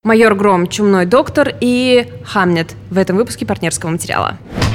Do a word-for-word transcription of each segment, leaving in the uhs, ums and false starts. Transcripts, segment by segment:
Майор Гром, Чумной доктор и Хамнет в этом выпуске партнерского материала.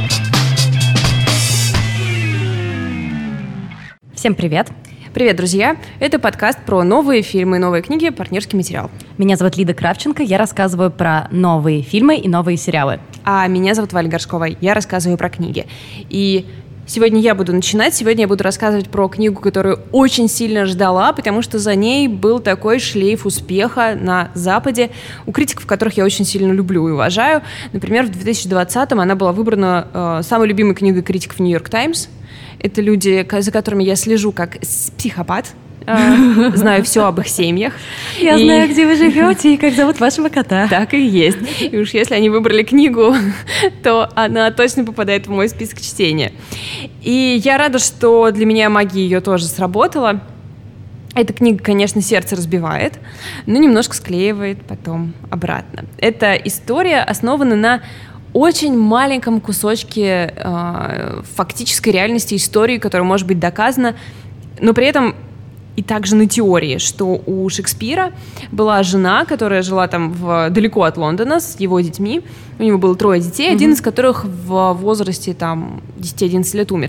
Всем привет! Привет, друзья! Это подкаст про новые фильмы и новые книги «Партнерский материал». Меня зовут Лида Кравченко, я рассказываю про новые фильмы и новые сериалы. А меня зовут Валя Горшкова, я рассказываю про книги. И сегодня я буду начинать. Сегодня я буду рассказывать про книгу, которую очень сильно ждала, потому что за ней был такой шлейф успеха на Западе, у критиков, которых я очень сильно люблю и уважаю. Например, в две тысячи двадцатом она была выбрана э, самой любимой книгой критиков «Нью-Йорк Таймс». Это люди, за которыми я слежу как психопат. Uh, знаю все об их семьях. Я и... знаю, где вы живете и как зовут вашего кота. Так и есть. И уж если они выбрали книгу, то она точно попадает в мой список чтения. И я рада, что для меня магия ее тоже сработала. Эта книга, конечно, сердце разбивает, но немножко склеивает потом обратно. Эта история основана на очень маленьком кусочке э, фактической реальности истории, которая может быть доказана, но при этом и также на теории, что у Шекспира была жена, которая жила там в, далеко от Лондона с его детьми. У него было трое детей, mm-hmm. один из которых в возрасте там, десять-одиннадцать лет умер.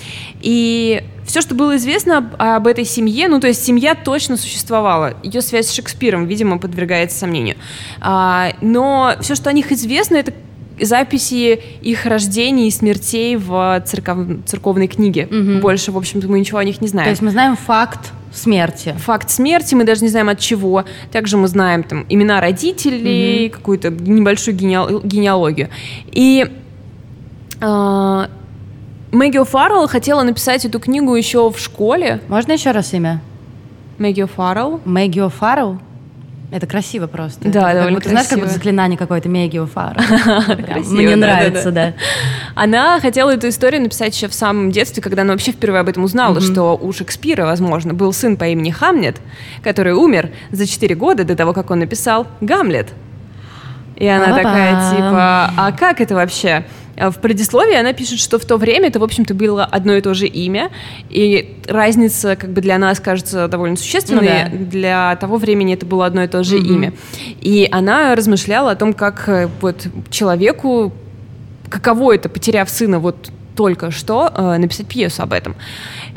И все, что было известно об, об этой семье, ну, то есть семья точно существовала. Ее связь с Шекспиром, видимо, подвергается сомнению. А, но все, что о них известно, это записи их рождений и смертей в церков... церковной книге. Mm-hmm. Больше, в общем-то, мы ничего о них не знаем. То есть мы знаем факт смерти. Факт смерти, мы даже не знаем от чего. Также мы знаем там имена родителей, mm-hmm. какую-то небольшую генеал... генеалогию. И э... Мэгги О'Фаррелл хотела написать эту книгу еще в школе. Можно еще раз имя? Мэгги О'Фаррелл. Мэгги О'Фаррелл? Это красиво просто. Да, это, довольно как, красиво. Знаешь, как будто заклинание какое-то Мэгги О'Фаррелл. Мне нравится, да. Она хотела эту историю написать еще в самом детстве, когда она вообще впервые об этом узнала, что у Шекспира, возможно, был сын по имени Хамнет, который умер за четыре года до того, как он написал «Гамлет». И она Ба-ба-бам. такая, типа, а как это вообще? В предисловии она пишет, что в то время это, в общем-то, было одно и то же имя, и разница, как бы, для нас кажется довольно существенной, ну, да. Для того времени это было одно и то же mm-hmm. имя. И она размышляла о том, как вот человеку, каково это, потеряв сына вот только что, написать пьесу об этом.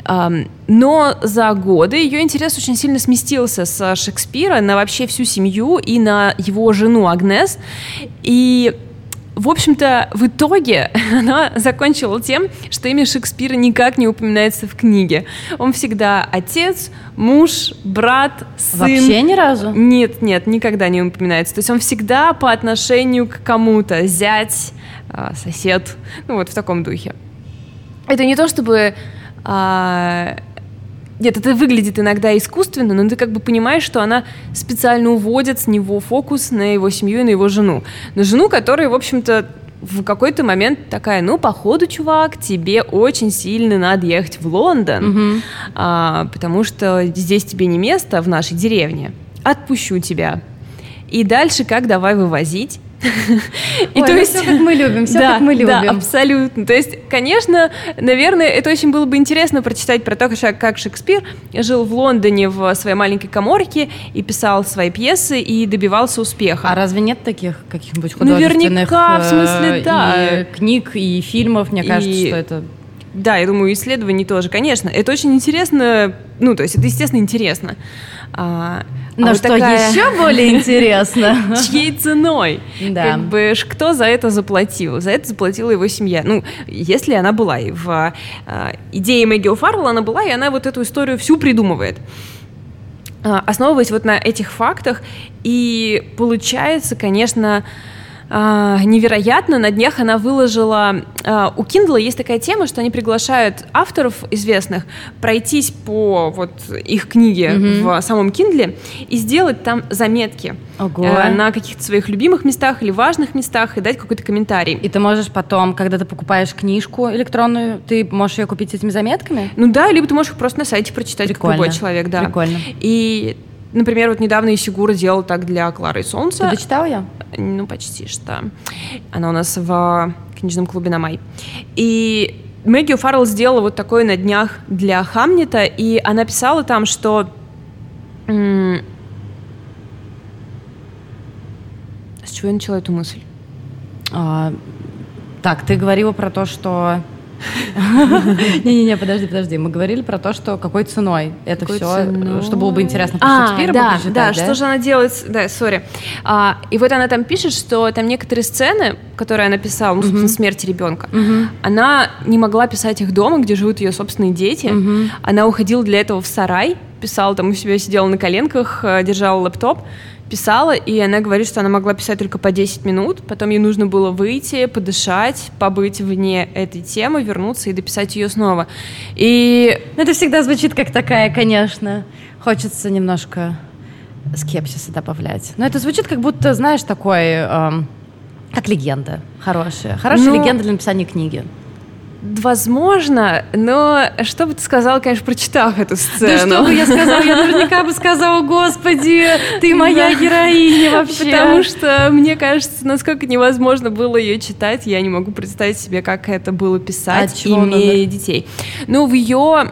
Но за годы ее интерес очень сильно сместился с Шекспира на вообще всю семью и на его жену Агнес, и в общем-то, в итоге она закончила тем, что имя Шекспира никак не упоминается в книге. Он всегда отец, муж, брат, сын. Вообще ни разу? Нет, нет, никогда не упоминается. То есть он всегда по отношению к кому-то. Зять, сосед, ну вот в таком духе. Это не то, чтобы... Нет, это выглядит иногда искусственно, но ты как бы понимаешь, что она специально уводит с него фокус на его семью и на его жену. На жену, которая, в общем-то, в какой-то момент такая, ну, походу, чувак, тебе очень сильно надо ехать в Лондон, mm-hmm. а, потому что здесь тебе не место в нашей деревне. Отпущу тебя. И дальше как давай вывозить? И Ой, то есть, все как мы любим, все да, как мы любим. Да, абсолютно. То есть, конечно, наверное, это очень было бы интересно прочитать про то, как Шекспир жил в Лондоне в своей маленькой каморке и писал свои пьесы и добивался успеха. А разве нет таких каких-нибудь художественных Наверняка, в смысле, да. и книг, и фильмов? Мне кажется, и... что это... Да, я думаю, исследований тоже, конечно. Это очень интересно, ну, то есть это, естественно, интересно. А, Но а что вот такая... еще более интересно? Чьей ценой? Да. Как бы, кто за это заплатил? За это заплатила его семья. Ну, если она была. И в а, идее Мэгги О'Фаррелл она была, и она вот эту историю всю придумывает. А, основываясь вот на этих фактах. И получается, конечно... Uh, невероятно. На днях она выложила... Uh, у Kindle есть такая тема, что они приглашают авторов известных пройтись по вот, их книге mm-hmm. в самом Kindle и сделать там заметки uh, на каких-то своих любимых местах или важных местах и дать какой-то комментарий. И ты можешь потом, когда ты покупаешь книжку электронную, ты можешь ее купить с этими заметками? Ну да, либо ты можешь их просто на сайте прочитать, Прикольно. Как любой человек. Да. Прикольно. И... Например, вот недавно Исигура делал так для Клары и Солнца. Ты дочитала ее? Ну, почти что. Она у нас в книжном клубе на май. И Мэгги О'Фаррелл сделала вот такое на днях для Хамнета, и она писала там, что м- С чего я начала эту мысль? А, так, ты говорила про то, что... Не-не-не, подожди, подожди. Мы говорили про то, что какой ценой это Какой все, ценой? что было бы интересно про А, Шекспира да, почитать, да, да? что же она делает, да, сори. А, и вот она там пишет, что там некоторые сцены, которые она писала, ну, собственно, смерти ребенка, она не могла писать их дома, где живут ее собственные дети. Она уходила для этого в сарай, писала там у себя, сидела на коленках, держала лэптоп, писала, и она говорит, что она могла писать только по десять минут, потом ей нужно было выйти, подышать, побыть вне этой темы, вернуться и дописать ее снова. И... Ну, это всегда звучит как такая, конечно, хочется немножко скепсиса добавлять. Но это звучит как будто, знаешь, такой, эм, как легенда хорошая. Хорошая ну... легенда для написания книги. Возможно, но что бы ты сказала, конечно, прочитав эту сцену? Да что бы я сказала? Я наверняка бы сказала: Господи, ты моя героиня вообще. Потому что, мне кажется, насколько невозможно было ее читать, я не могу представить себе, как это было писать, а имея детей. Ну, в ее,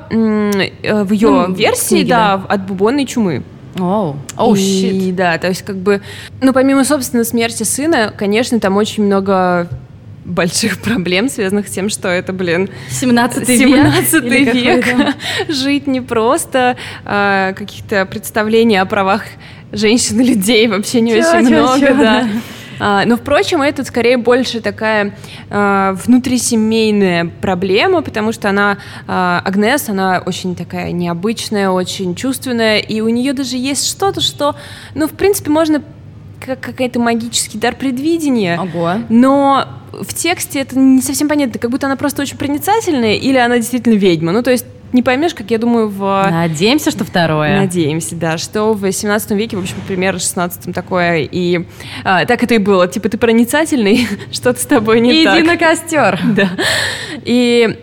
в ее ну, версии, книги, да, да, от бубонной чумы. Оу, oh. oh, shit. Да, то есть как бы, ну, помимо, собственно, смерти сына, конечно, там очень много больших проблем, связанных с тем, что это, блин, семнадцатый век, жить непросто, а, каких-то представлений о правах женщин и людей вообще не чё, очень чё, много, чё, да. да. А, но, впрочем, это скорее больше такая а, внутрисемейная проблема, потому что она, а, Агнес, она очень такая необычная, очень чувственная, и у нее даже есть что-то, что, ну, в принципе, можно как какой-то магический дар предвидения, Ого. Но в тексте это не совсем понятно, как будто она просто очень проницательная или она действительно ведьма. Ну, то есть не поймешь, как я думаю, в... Надеемся, что второе. Надеемся, да, что в семнадцатом веке, в общем, примерно в шестнадцатом такое, и а, так это и было. Типа, ты проницательный, что-то с тобой не Иди так. Иди на костер. Да. И...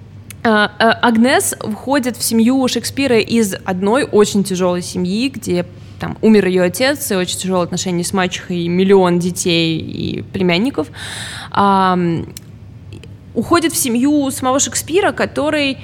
Агнес входит в семью Шекспира из одной очень тяжелой семьи, где там умер ее отец, и очень тяжелые отношения с мачехой, миллион детей и племянников. А, уходит в семью самого Шекспира, который,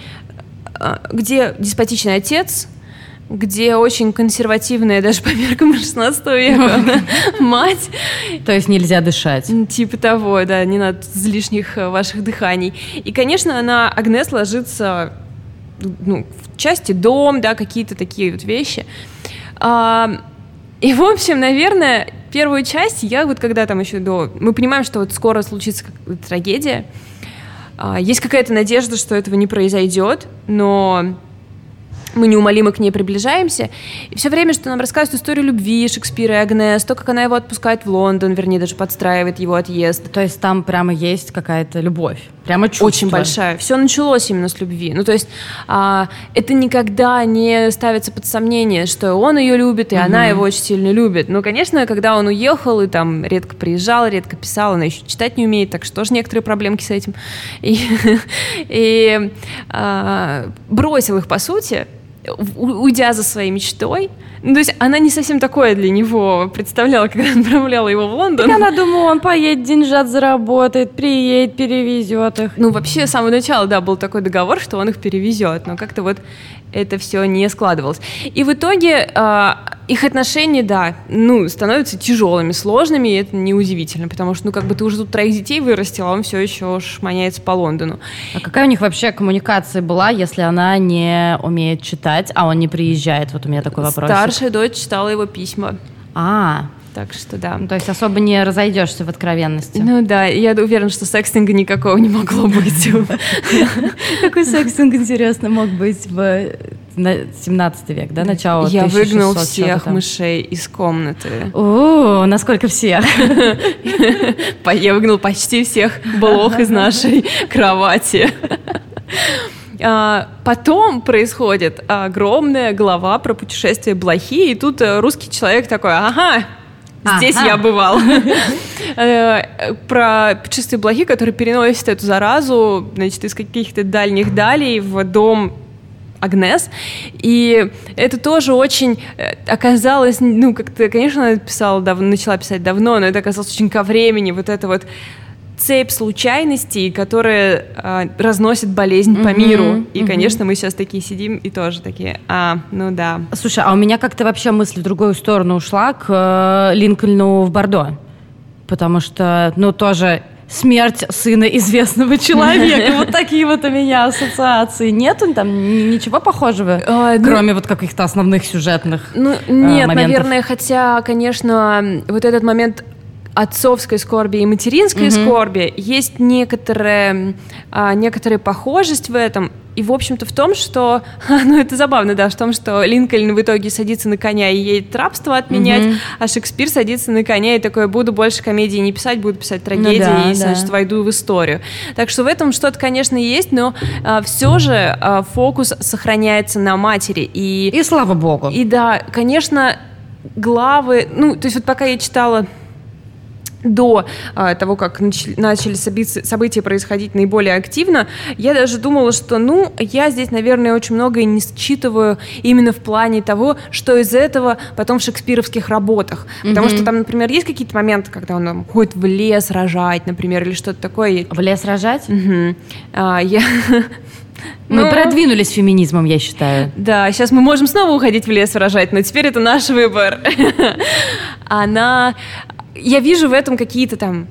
где деспотичный отец, где очень консервативная, даже по меркам шестнадцатого века, мать. То есть нельзя дышать. Типа того, да, не надо излишних ваших дыханий. И, конечно, на Агнес ложится, ну, в части дом, да, какие-то такие вот вещи. А, и, в общем, наверное, первую часть я вот когда там еще до... Мы понимаем, что вот скоро случится какая-то трагедия. А, есть какая-то надежда, что этого не произойдет, но... мы неумолимо к ней приближаемся. И все время, что нам рассказывают историю любви Шекспира и Агнес, то, как она его отпускает в Лондон, вернее, даже подстраивает его отъезд. То есть там прямо есть какая-то любовь, прямо чувство. Очень большая. Все началось именно с любви. Ну, то есть а, это никогда не ставится под сомнение, что он ее любит, и угу. она его очень сильно любит. Но, конечно, когда он уехал и там редко приезжал, редко писал, она еще читать не умеет, так что тоже некоторые проблемки с этим. И, и а, бросил их, по сути, уйдя за своей мечтой. Ну, то есть она не совсем такое для него представляла, когда отправляла его в Лондон. Так она думала, он поедет, деньжат заработает, приедет, перевезет их. Ну, вообще, с самого начала, да, был такой договор, что он их перевезет, но как-то вот это все не складывалось. И в итоге э, их отношения, да, ну, становятся тяжелыми, сложными, и это неудивительно, потому что, ну, как бы ты уже тут троих детей вырастил, а он все еще шманяется по Лондону. А какая у них вообще коммуникация была, если она не умеет читать, а он не приезжает? Вот у меня такой вопрос. Старшая дочь читала его письма. А, так что да. Ну, то есть особо не разойдешься в откровенности. Ну да, я уверена, что секстинга никакого не могло быть. Какой секстинг, интересно, мог быть в семнадцатый век, да, начало Я выгнал всех мышей из комнаты. О, насколько всех? Я выгнал почти всех блох из нашей кровати. Потом происходит огромная глава про путешествие блохи, и тут русский человек такой: ага, здесь ага. я бывал. Про путешествие блохи, который переносит эту заразу, значит, из каких-то дальних далей в дом Агнес. И это тоже очень оказалось, ну, как-то, конечно, она писала давно, начала писать давно, но это оказалось очень ко времени, вот это вот цепь случайностей, которая э, разносит болезнь mm-hmm, по миру. И, mm-hmm. конечно, мы сейчас такие сидим и тоже такие, а, ну да. Слушай, а у меня как-то вообще мысль в другую сторону ушла, к э, Линкольну в Бордо. потому что, ну, тоже смерть сына известного человека. Вот такие вот у меня ассоциации. Нету там ничего похожего, а, кроме ну, вот каких-то основных сюжетных ну, нет, моментов? Наверное, хотя, конечно, вот этот момент отцовской скорби и материнской mm-hmm. скорби есть некоторая, а, некоторая похожесть в этом. И, в общем-то, в том, что... Ну, это забавно, да, в том, что Линкольн в итоге садится на коня и едет рабство отменять, mm-hmm. а Шекспир садится на коня и такой: буду больше комедии не писать, буду писать трагедии, ну, да, и, значит, да. войду в историю. Так что в этом что-то, конечно, есть, но а, все же а, фокус сохраняется на матери. И, и слава богу. И да, конечно, главы... Ну, то есть вот пока я читала... до а, того, как нач- начали события, события происходить наиболее активно, я даже думала, что, ну, я здесь, наверное, очень многое не считываю именно в плане того, что из этого потом в шекспировских работах. Mm-hmm. Потому что там, например, есть какие-то моменты, когда он там, ходит в лес рожать, например, или что-то такое. В лес рожать? Mm-hmm. А, я... Мы ну, продвинулись с феминизмом, я считаю. Да, сейчас мы можем снова уходить в лес рожать, но теперь это наш выбор. Она... Я вижу в этом какие-то там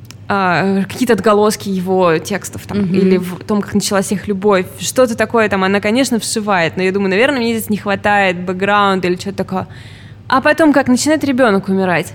а, какие-то отголоски его текстов там, mm-hmm. или в том, как началась их любовь, что-то такое там она, конечно, вшивает, но я думаю, наверное, мне здесь не хватает бэкграунда или что-то такое. А потом, как начинает ребенок умирать,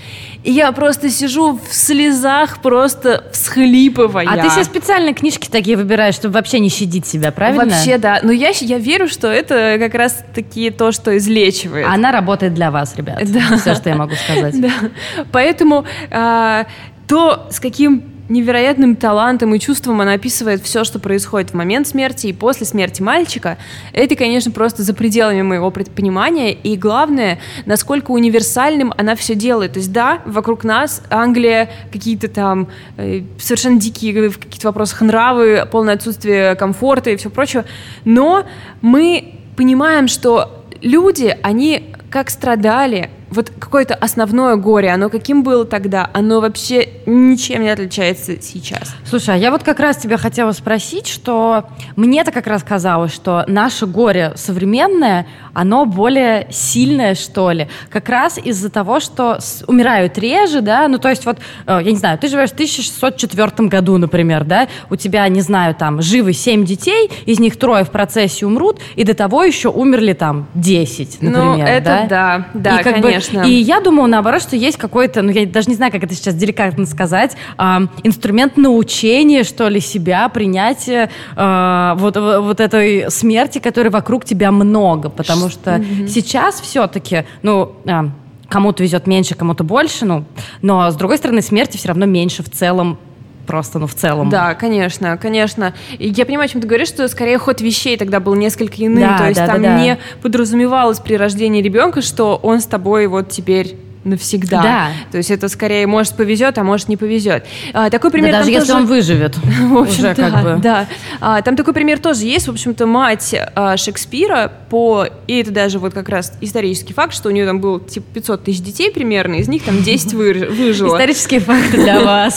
и я просто сижу в слезах, просто всхлипывая. А ты себе специально книжки такие выбираешь, чтобы вообще не щадить себя, правильно? Вообще, да. Но я, я верю, что это как раз-таки то, что излечивает. Она работает для вас, ребят. Да. Все, что я могу сказать. Да. Поэтому а, то, с каким невероятным талантом и чувством она описывает все, что происходит в момент смерти и после смерти мальчика, это, конечно, просто за пределами моего понимания. И главное, насколько универсальным она все делает. То есть, да, вокруг нас Англия, какие-то там э, совершенно дикие в каких-то вопросах нравы, полное отсутствие комфорта и все прочее, но мы понимаем, что люди, они как страдали, вот какое-то основное горе, оно каким было тогда, оно вообще ничем не отличается сейчас. Слушай, а я вот как раз тебя хотела спросить, что мне-то как раз казалось, что наше горе современное, оно более сильное, что ли, как раз из-за того, что умирают реже, да, ну то есть вот, я не знаю, ты живешь в тысяча шестьсот четвёртом году, например, да, у тебя, не знаю, там, живы семь детей, из них трое в процессе умрут, и до того еще умерли там десять, например, ну, это да, да, да, и как конечно. Бы, и я думаю, наоборот, что есть какой-то, ну, я даже не знаю, как это сейчас деликатно сказать, э, инструмент научения, что ли, себя, принятия э, вот, вот этой смерти, которой вокруг тебя много, потому что mm-hmm. сейчас все-таки, ну... Э, кому-то везет меньше, кому-то больше, ну, но, с другой стороны, смерти все равно меньше в целом, просто, ну, в целом. Да, конечно, конечно. И я понимаю, о чем ты говоришь, что скорее ход вещей тогда был несколько иным, да, то есть да, там да, не да. подразумевалось при рождении ребенка, что он с тобой вот теперь навсегда. Да. То есть это скорее, может, повезет, а может, не повезет. А, такой пример да, даже если тоже... он выживет. В общем, уже да, как бы. да. А, там такой пример тоже есть. В общем-то, мать а, Шекспира по... И это даже вот как раз исторический факт, что у нее там было типа пятьсот тысяч детей примерно, из них там десять выжило. Исторические факты для вас.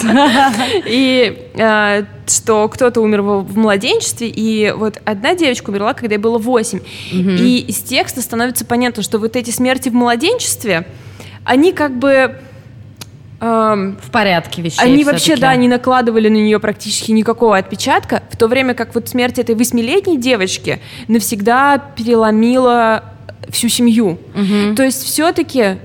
И что кто-то умер в младенчестве, и вот одна девочка умерла, когда ей было восемь. И из текста становится понятно, что вот эти смерти в младенчестве, они как бы... Эм, в порядке вещей. Они вообще, да, не накладывали на нее практически никакого отпечатка, в то время как вот смерть этой восьмилетней девочки навсегда переломила всю семью. Угу. То есть все-таки, э,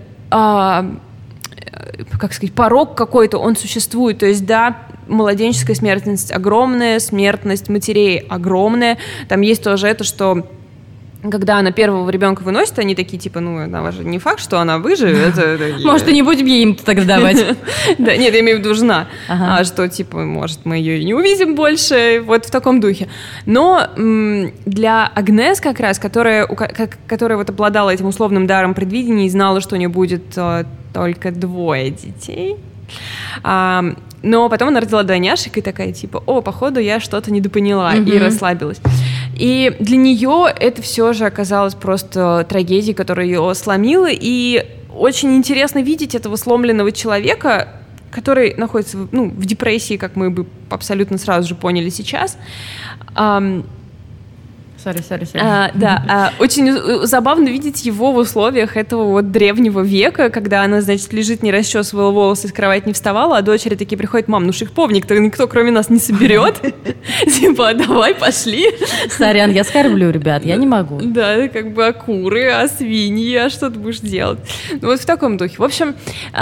как сказать, порог какой-то, он существует. То есть, да, младенческая смертность огромная, смертность матерей огромная. Там есть тоже это, что... Когда она первого ребенка выносит, они такие, типа, ну, она же не факт, что она выживет. Может, и не будем ей им тогда давать. Да, нет, я имею в виду жена. А что, типа, может, мы ее и не увидим больше, вот в таком духе. Но для Агнес как раз, которая вот обладала этим условным даром предвидения и знала, что у нее будет только двое детей, но потом она родила двойняшек и такая, типа, о, походу, я что-то недопоняла, и расслабилась. И для нее это все же оказалось просто трагедией, которая ее сломила, и очень интересно видеть этого сломленного человека, который находится, ну, в депрессии, как мы бы абсолютно сразу же поняли сейчас. Сори, сори, сори. Да, а, очень забавно видеть его в условиях этого вот древнего века, когда она, значит, лежит, не расчесывала волосы, с кровати не вставала, а дочери такие приходят: мам, ну шиповник-то никто, кроме нас, не соберет. Типа, давай, пошли. Сорян, я скорблю, ребят, я не могу. Да, как бы, а куры, а свиньи, а что ты будешь делать? Ну вот в таком духе. В общем,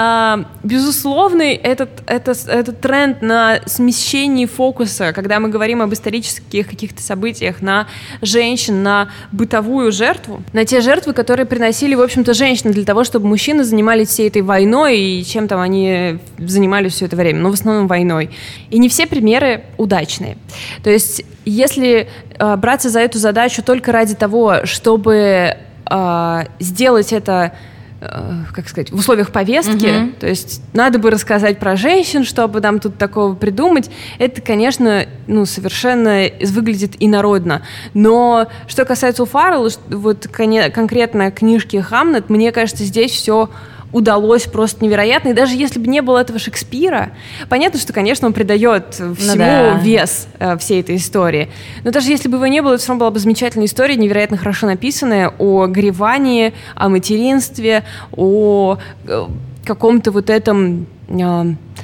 безусловный этот, этот, этот тренд на смещении фокуса, когда мы говорим об исторических каких-то событиях, на женщин, на бытовую жертву, на те жертвы, которые приносили, в общем-то, женщины для того, чтобы мужчины занимались всей этой войной, и чем там они занимались все это время, но в основном войной. И не все примеры удачные. То есть, если э, браться за эту задачу только ради того, чтобы э, сделать это, как сказать, в условиях повестки, uh-huh. то есть надо бы рассказать про женщин, чтобы нам тут такого придумать, это, конечно, ну, совершенно выглядит инородно. Но что касается О'Фаррелл, вот конкретно книжки «Хамнет», мне кажется, здесь все удалось просто невероятно. И даже если бы не было этого Шекспира, понятно, что, конечно, он придает всему ну да. вес э, всей этой истории. Но даже если бы его не было, это все равно была бы замечательная история, невероятно хорошо написанная, о горевании, о материнстве, о э, каком-то вот этом... Э,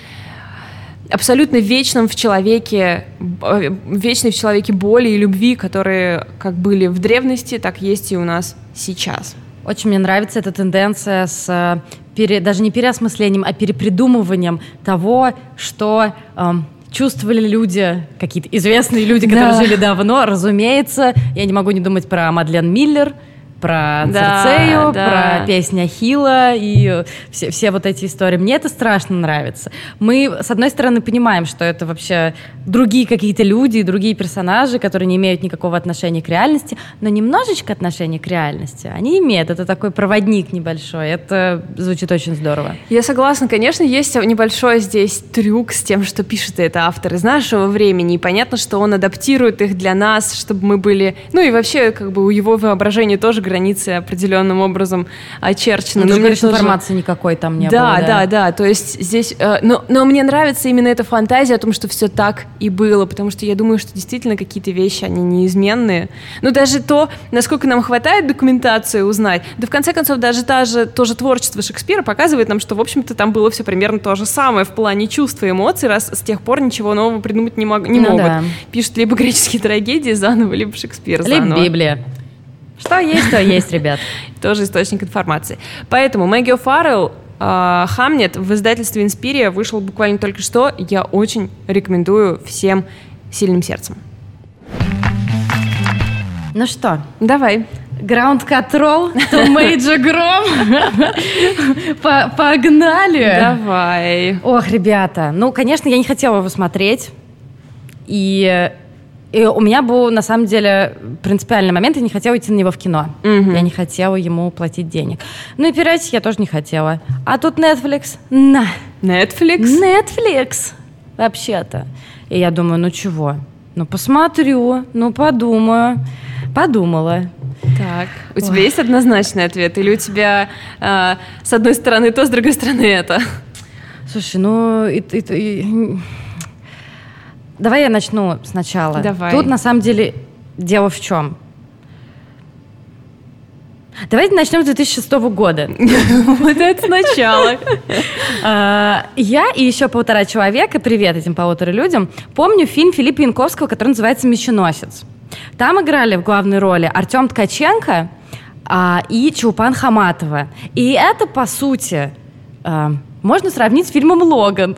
абсолютно вечном в человеке, вечной в человеке боли и любви, которые как были в древности, так есть и у нас сейчас. Очень мне нравится эта тенденция с пере, даже не переосмыслением, а перепридумыванием того, что эм, чувствовали люди, какие-то известные люди, которые да. жили давно. Разумеется, я не могу не думать про Мадлен Миллер, про да, Церцею, да. про песнь Ахилла и все, все вот эти истории. Мне это страшно нравится. Мы, с одной стороны, понимаем, что это вообще другие какие-то люди, другие персонажи, которые не имеют никакого отношения к реальности, но немножечко отношения к реальности они имеют. Это такой проводник небольшой. Это звучит очень здорово. Я согласна. Конечно, есть небольшой здесь трюк с тем, что пишет это автор из нашего времени, и понятно, что он адаптирует их для нас, чтобы мы были... Ну и вообще, как бы у его воображения тоже границы определенным образом очерчены. Ну, но говоришь, тоже... информации никакой там не да, было. Да, да, да. То есть здесь... Э, но, но мне нравится именно эта фантазия о том, что все так и было, потому что я думаю, что действительно какие-то вещи, они неизменные. Но даже то, насколько нам хватает документации узнать, да в конце концов даже та же, то же творчество Шекспира показывает нам, что, в общем-то, там было все примерно то же самое в плане чувств и эмоций, раз с тех пор ничего нового придумать не, мог, не ну, могут. Да. Пишут либо греческие трагедии заново, либо Шекспир заново. Либо Библия. Что есть, то есть, ребят. Тоже источник информации. Поэтому Мэгги О'Фаррелл, э, «Хамнет» в издательстве «Инспирия» вышел буквально только что. Я очень рекомендую всем сильным сердцем. Ну что? Давай. Ground Control to Major Grom. Погнали. Давай. Ох, ребята. Ну, конечно, я не хотела его смотреть. И... И у меня был, на самом деле, принципиальный момент. Я не хотела идти на него в кино. Mm-hmm. Я не хотела ему платить денег. Ну и пиратить я тоже не хотела. А тут Netflix. На. Netflix? Netflix. Вообще-то. И я думаю, ну чего? Ну посмотрю, ну подумаю. Подумала. Так, у Ой. тебя есть однозначный ответ? Или у тебя э, с одной стороны то, с другой стороны это? Слушай, ну... И, и, и... Давай я начну сначала. Давай. Тут, на самом деле, дело в чем? Давайте начнем с две тысячи шестого года. Вот это сначала. Я и еще полтора человека, привет этим полутора людям, помню фильм Филиппа Янковского, который называется «Меченосец». Там играли в главной роли Артем Ткаченко и Чулпан Хаматова. И это, по сути, можно сравнить с фильмом «Логан».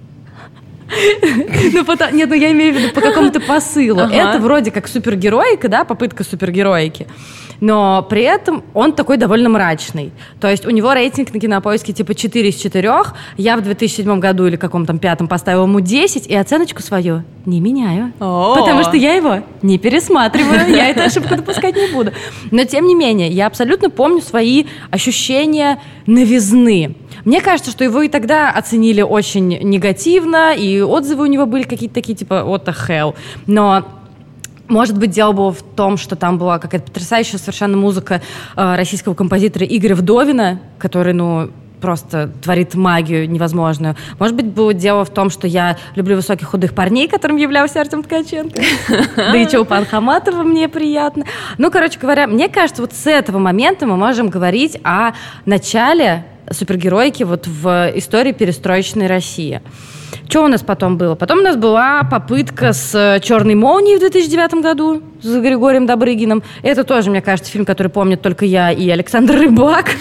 Ну, потом, нет, ну я имею в виду по какому-то посылу. Ага. Это вроде как супергероика, да, попытка супергероики, но при этом он такой довольно мрачный. То есть у него рейтинг на Кинопоиске типа четыре из четырёх. Я в две тысячи седьмом году или каком-то пятом поставила ему десять, и оценочку свою не меняю. О-о-о. Потому что я его не пересматриваю, я эту ошибку допускать не буду. Но тем не менее, я абсолютно помню свои ощущения новизны. Мне кажется, что его и тогда оценили очень негативно, и отзывы у него были какие-то такие, типа, what the hell. Но, может быть, дело было в том, что там была какая-то потрясающая совершенно музыка э, российского композитора Игоря Вдовина, который, ну, просто творит магию невозможную. Может быть, было дело в том, что я люблю высоких худых парней, которым являлся Артем Ткаченко. Да и Чулпан Хаматова мне приятно. Ну, короче говоря, мне кажется, вот с этого момента мы можем говорить о начале супергеройки вот в истории перестроечной России. Что у нас потом было? Потом у нас была попытка с «Черной молнией» в две тысячи девятом году с Григорием Добрыгиным. Это тоже, мне кажется, фильм, который помнит только я и Александр Рыбак.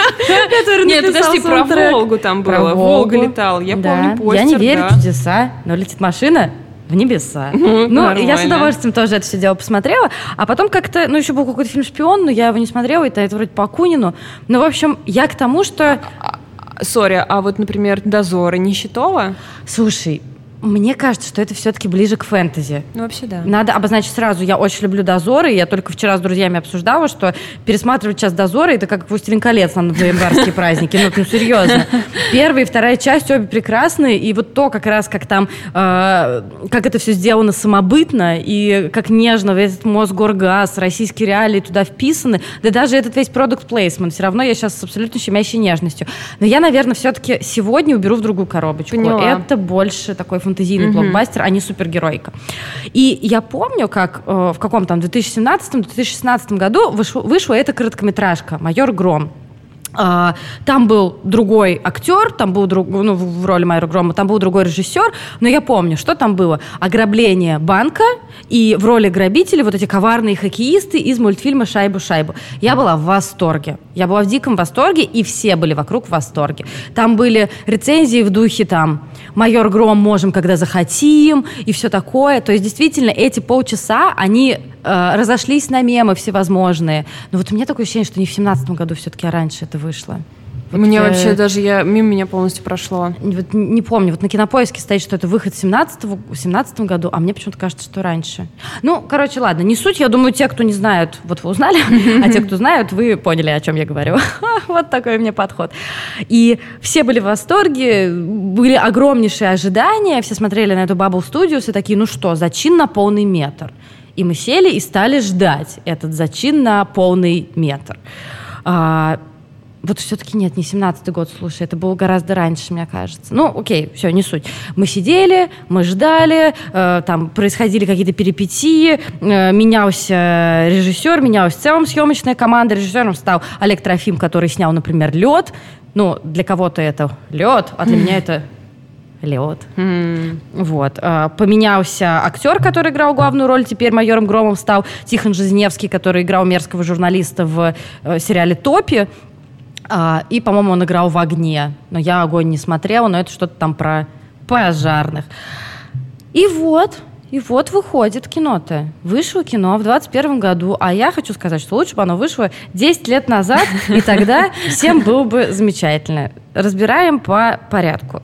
Нет, подожди, про Волгу там было. Волга летал. Я помню постер. Я не верю в чудеса, но летит машина в небеса. Ну, я с удовольствием тоже это все дело посмотрела. А потом как-то, ну, еще был какой-то фильм «Шпион», но я его не смотрела, это, это вроде по Акунину. Ну, в общем, я к тому, что... Сори, а вот, например, «Дозоры» не считала? Слушай, мне кажется, что это все-таки ближе к фэнтези. Ну, вообще, да. Надо обозначить сразу, я очень люблю «Дозоры», я только вчера с друзьями обсуждала, что пересматривать сейчас «Дозоры» — это как «Властелин колец» на январские праздники. Ну, ну, серьезно. Первая и вторая часть обе прекрасные, и вот то, как раз, как там, э, как это все сделано самобытно, и как нежно весь этот Мосгоргаз, российские реалии туда вписаны, да даже этот весь product placement, все равно я сейчас с абсолютно щемящей нежностью. Но я, наверное, все-таки сегодня уберу в другую коробочку. Поняла. Это больше такой фантазийный mm-hmm. блокбастер, а не супергеройка. И я помню, как э, в каком там две тысячи семнадцатом - две тысячи шестнадцатом году выш, вышла эта короткометражка «Майор Гром». Uh, там был другой актер, там был друг, ну, в роли майора Грома, там был другой режиссер, но я помню, что там было. Ограбление банка, и в роли грабителей вот эти коварные хоккеисты из мультфильма «Шайбу-шайбу». Я была в восторге. Я была в диком восторге, и все были вокруг в восторге. Там были рецензии в духе там «Майор Гром можем, когда захотим», и все такое. То есть, действительно, эти полчаса, они э, разошлись на мемы всевозможные. Но вот у меня такое ощущение, что не в семнадцатом году все-таки, а раньше это вышло. Вот мне я... вообще даже, я, мимо меня полностью прошло. Вот не помню, вот на Кинопоиске стоит, что это выход в семнадцатом году, а мне почему-то кажется, что раньше. Ну, короче, ладно, не суть, я думаю, те, кто не знают, вот вы узнали, а те, кто знают, вы поняли, о чем я говорю. Вот такой у меня подход. И все были в восторге, были огромнейшие ожидания, все смотрели на эту Bubble Studios и такие, ну что, зачин на полный метр. И мы сели и стали ждать этот зачин на полный метр. А, вот все-таки нет, не семнадцатый год, слушай, это было гораздо раньше, мне кажется. Ну, окей, все, не суть. Мы сидели, мы ждали, э, там происходили какие-то перипетии, э, менялся режиссер, менялась в целом съемочная команда. Режиссером стал Олег Трофим, который снял, например, «Лед». Ну, для кого-то это «Лед», а для меня это... Лед. Mm. Вот. Поменялся актер, который играл главную роль, теперь майором Громом стал Тихон Жизневский, который играл мерзкого журналиста в сериале «Топи». И, по-моему, он играл в «Огне». Но я «Огонь» не смотрела, но это что-то там про пожарных. И вот... И вот выходит кино-то. Вышло кино в двадцать первом году, а я хочу сказать, что лучше бы оно вышло десять лет назад, и тогда всем было бы замечательно. Разбираем по порядку.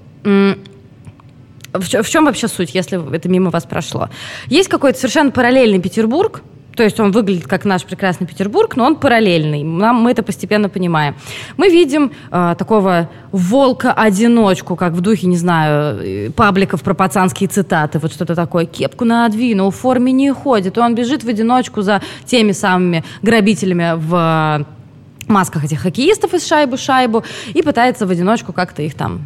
В чем вообще суть, если это мимо вас прошло? Есть какой-то совершенно параллельный Петербург, то есть он выглядит как наш прекрасный Петербург, но он параллельный. Нам, мы это постепенно понимаем. Мы видим э, такого волка-одиночку, как в духе, не знаю, пабликов про пацанские цитаты, вот что-то такое. Кепку надвинул, в форме не ходит, и он бежит в одиночку за теми самыми грабителями в масках этих хоккеистов из «Шайбу-шайбу» и пытается в одиночку как-то их там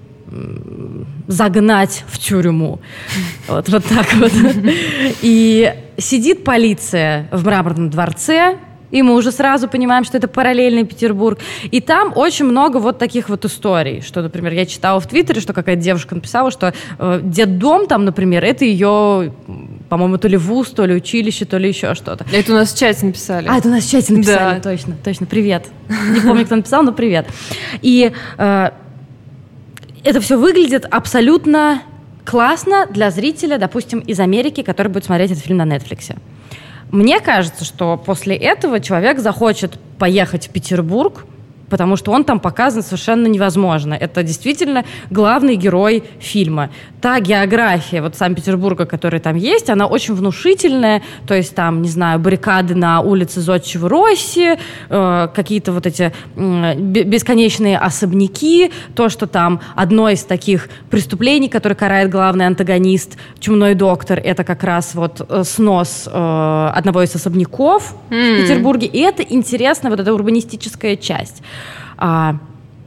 загнать в тюрьму. Вот, вот так вот. И сидит полиция в Мраморном дворце, и мы уже сразу понимаем, что это параллельный Петербург. И там очень много вот таких вот историй, что, например, я читала в Твиттере, что какая-то девушка написала, что э, детдом там, например, это ее, по-моему, то ли вуз, то ли училище, то ли еще что-то. Это у нас в чате написали. А, это у нас в чате написали, да. Точно, точно, привет. Не помню, кто написал, но привет. И... Э, это все выглядит абсолютно классно для зрителя, допустим, из Америки, который будет смотреть этот фильм на Netflix. Мне кажется, что после этого человек захочет поехать в Петербург, потому что он там показан совершенно невозможно. Это действительно главный герой фильма. Та география вот Санкт-Петербурга, которая там есть, она очень внушительная. То есть там, не знаю, баррикады на улице Зодчего Росси, э, какие-то вот эти э, бесконечные особняки, то, что там одно из таких преступлений, которое карает главный антагонист, Чумной доктор, это как раз вот э, снос э, одного из особняков mm. в Петербурге. И это интересно, вот эта урбанистическая часть. А,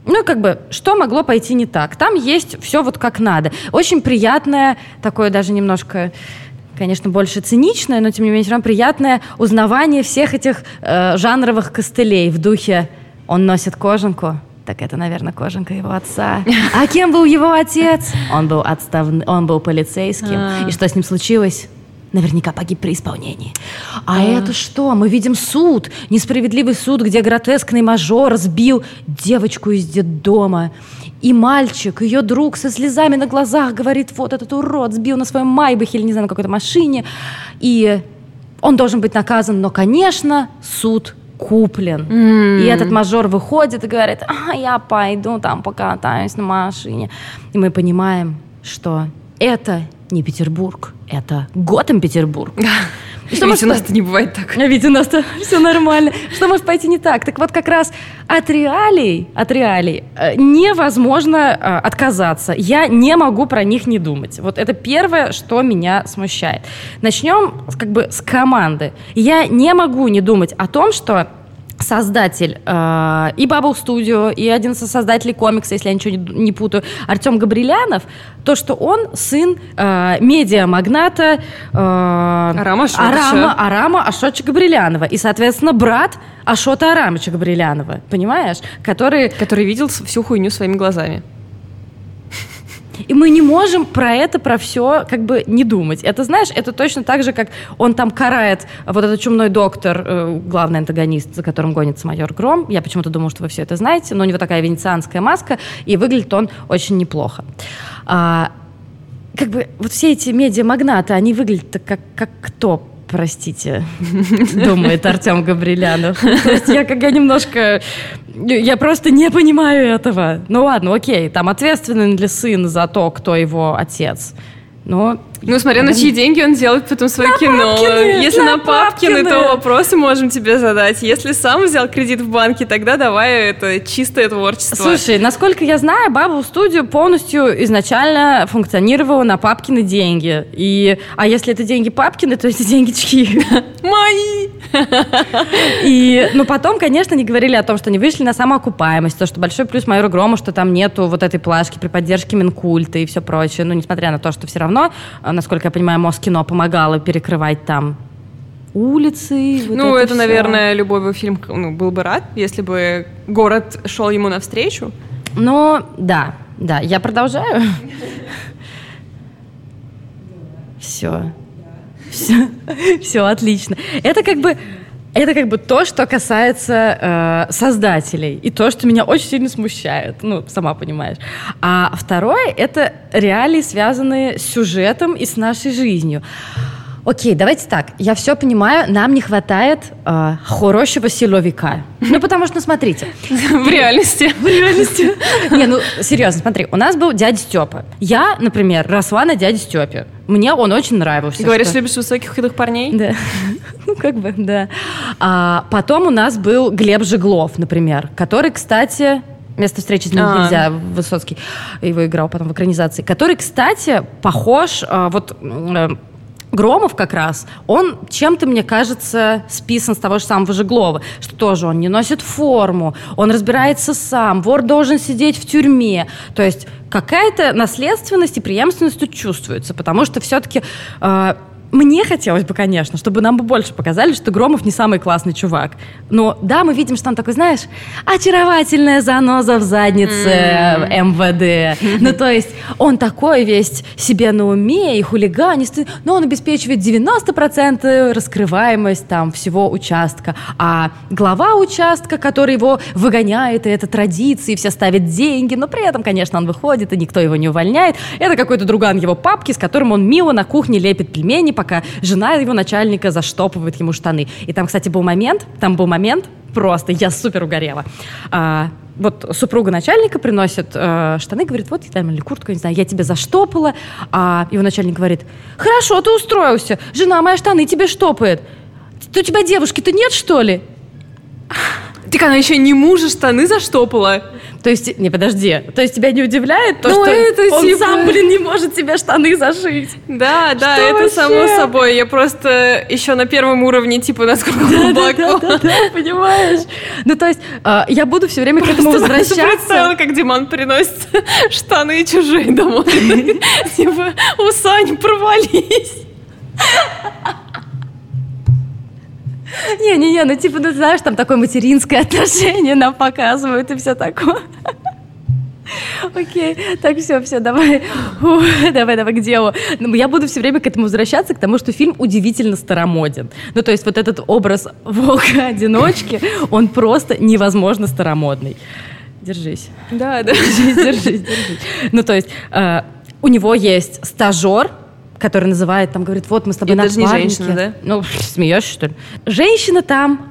Ну, как бы, что могло пойти не так? Там есть все вот как надо. Очень приятное, такое даже немножко, конечно, больше циничное, но, тем не менее, все равно приятное узнавание всех этих э, жанровых костылей в духе «он носит кожанку». Так это, наверное, кожанка его отца. А кем был его отец? Он был отставным, он был полицейским. И что с ним случилось? Наверняка погиб при исполнении. А, а это что? Мы видим суд, несправедливый суд, где гротескный мажор сбил девочку из детдома. И мальчик, ее друг, со слезами на глазах говорит: вот этот урод сбил на своем майбахе или, не знаю, на какой-то машине. И он должен быть наказан, но, конечно, суд куплен. Mm. И этот мажор выходит и говорит: а, я пойду там покатаюсь на машине. И мы понимаем, что это не Петербург, это Готэм-Петербург. Ведь может... у нас-то не бывает так. Ведь у нас-то все нормально. Что может пойти не так? Так вот, как раз от реалий, от реалий невозможно а, отказаться. Я не могу про них не думать. Вот это первое, что меня смущает. Начнем как бы с команды. Я не могу не думать о том, что создатель э, и Bubble Studio, и один из создателей комикса, если я ничего не, не путаю, Артем Габрилянов, то, что он сын э, медиамагната э, Арама, Арама, Арама Ашотча Габрилянова. И, соответственно, брат Ашота Арамыча Габрилянова, понимаешь? Который... который видел всю хуйню своими глазами. И мы не можем про это, про все как бы не думать. Это, знаешь, это точно так же, как он там карает вот этот чумной доктор, э, главный антагонист, за которым гонится майор Гром. Я почему-то думала, что вы все это знаете, но у него такая венецианская маска, и выглядит он очень неплохо. А, как бы вот все эти медиамагнаты, они выглядят как, как кто? Простите, думает Артем Габрилянов. То есть я как я немножко... Я просто не понимаю этого. Ну ладно, окей, там ответственен ли сын за то, кто его отец? Но... Ну, смотря на чьи деньги он делает потом свое на кино. Папкины, Если на на Папкины, Папкины, то вопросы можем тебе задать. Если сам взял кредит в банке, тогда давай это чистое творчество. Слушай, насколько я знаю, Bubble Studio полностью изначально функционировала на Папкины деньги. И, а если это деньги Папкины, то эти деньги чьи? Мои! И, ну, потом, конечно, они говорили о том, что они вышли на самоокупаемость, то, что большой плюс майору Грому, что там нету вот этой плашки при поддержке Минкульта и все прочее. Ну, несмотря на то, что все равно, насколько я понимаю, Москино помогало перекрывать там улицы. Вот ну, это, это наверное, любой бы фильм ну, был бы рад, если бы город шел ему навстречу. Ну, да, да, я продолжаю. Все. Все, все отлично. Это как бы, это как бы то, что касается э, создателей, и то, что меня очень сильно смущает, ну, сама понимаешь. А второе — это реалии, связанные с сюжетом и с нашей жизнью. Окей, давайте так, я все понимаю, нам не хватает э, хорошего силовика. Ну, потому что, смотрите. В реальности. В реальности. Не, ну, серьезно, смотри, у нас был дядя Степа. Я, например, росла на дяде Степе. Мне он очень нравился. Говоришь, что... любишь высоких худых парней? Да. Ну, как бы, да. А, потом у нас был Глеб Жеглов, например, который, кстати... «Место встречи изменить А-а-а. нельзя», Высоцкий его играл потом в экранизации. Который, кстати, похож... А, вот... Громов как раз, он чем-то, мне кажется, списан с того же самого Жеглова, что тоже он не носит форму, он разбирается сам, вор должен сидеть в тюрьме. То есть какая-то наследственность и преемственность тут чувствуется, потому что все-таки... Э, Мне хотелось бы, конечно, чтобы нам бы больше показали, что Громов не самый классный чувак. Но да, мы видим, что он такой, знаешь, очаровательная заноза в заднице mm. эм вэ дэ. Ну, то есть он такой весь себе на уме и хулиганист, но он обеспечивает девяносто процентов раскрываемость там всего участка. А глава участка, который его выгоняет, и это традиции, все ставят деньги, но при этом, конечно, он выходит, и никто его не увольняет. Это какой-то друган его папки, с которым он мило на кухне лепит пельмени, пока жена его начальника заштопывает ему штаны. И там, кстати, был момент, там был момент, просто я супер угорела. А, вот супруга начальника приносит а, штаны, говорит, вот, там, или куртку, не знаю, я тебе заштопала. А его начальник говорит, хорошо, ты устроился, жена моя штаны тебе штопает. У тебя девушки-то нет, что ли? Так она еще не мужа штаны заштопала. То То есть, не, подожди, то есть тебя не удивляет то, ну, что это он типа... сам, блин, не может себе штаны зашить? Да, да, что это вообще? само собой. Я просто еще на первом уровне, типа, насколько глубоко. Да, да, да, понимаешь? Ну, то есть, э, я буду все время к этому возвращаться. Я представила, как Диман приносит штаны чужие домой. Типа, у Сани порвались. Не-не-не, ну типа, ну знаешь, там такое материнское отношение нам показывают и все такое. Окей, так все, все, давай, Фу, давай, давай к делу. Ну, я буду все время к этому возвращаться, к тому, что фильм удивительно старомоден. Ну, то есть вот этот образ волка-одиночки, он просто невозможно старомодный. Держись. Да, да. Держись, держись, держись. Ну, то есть э, у него есть стажер, который называет, там, говорит, вот мы с тобой напарники. Это же не женщина, да? Ну, смеешься, что ли? Женщина там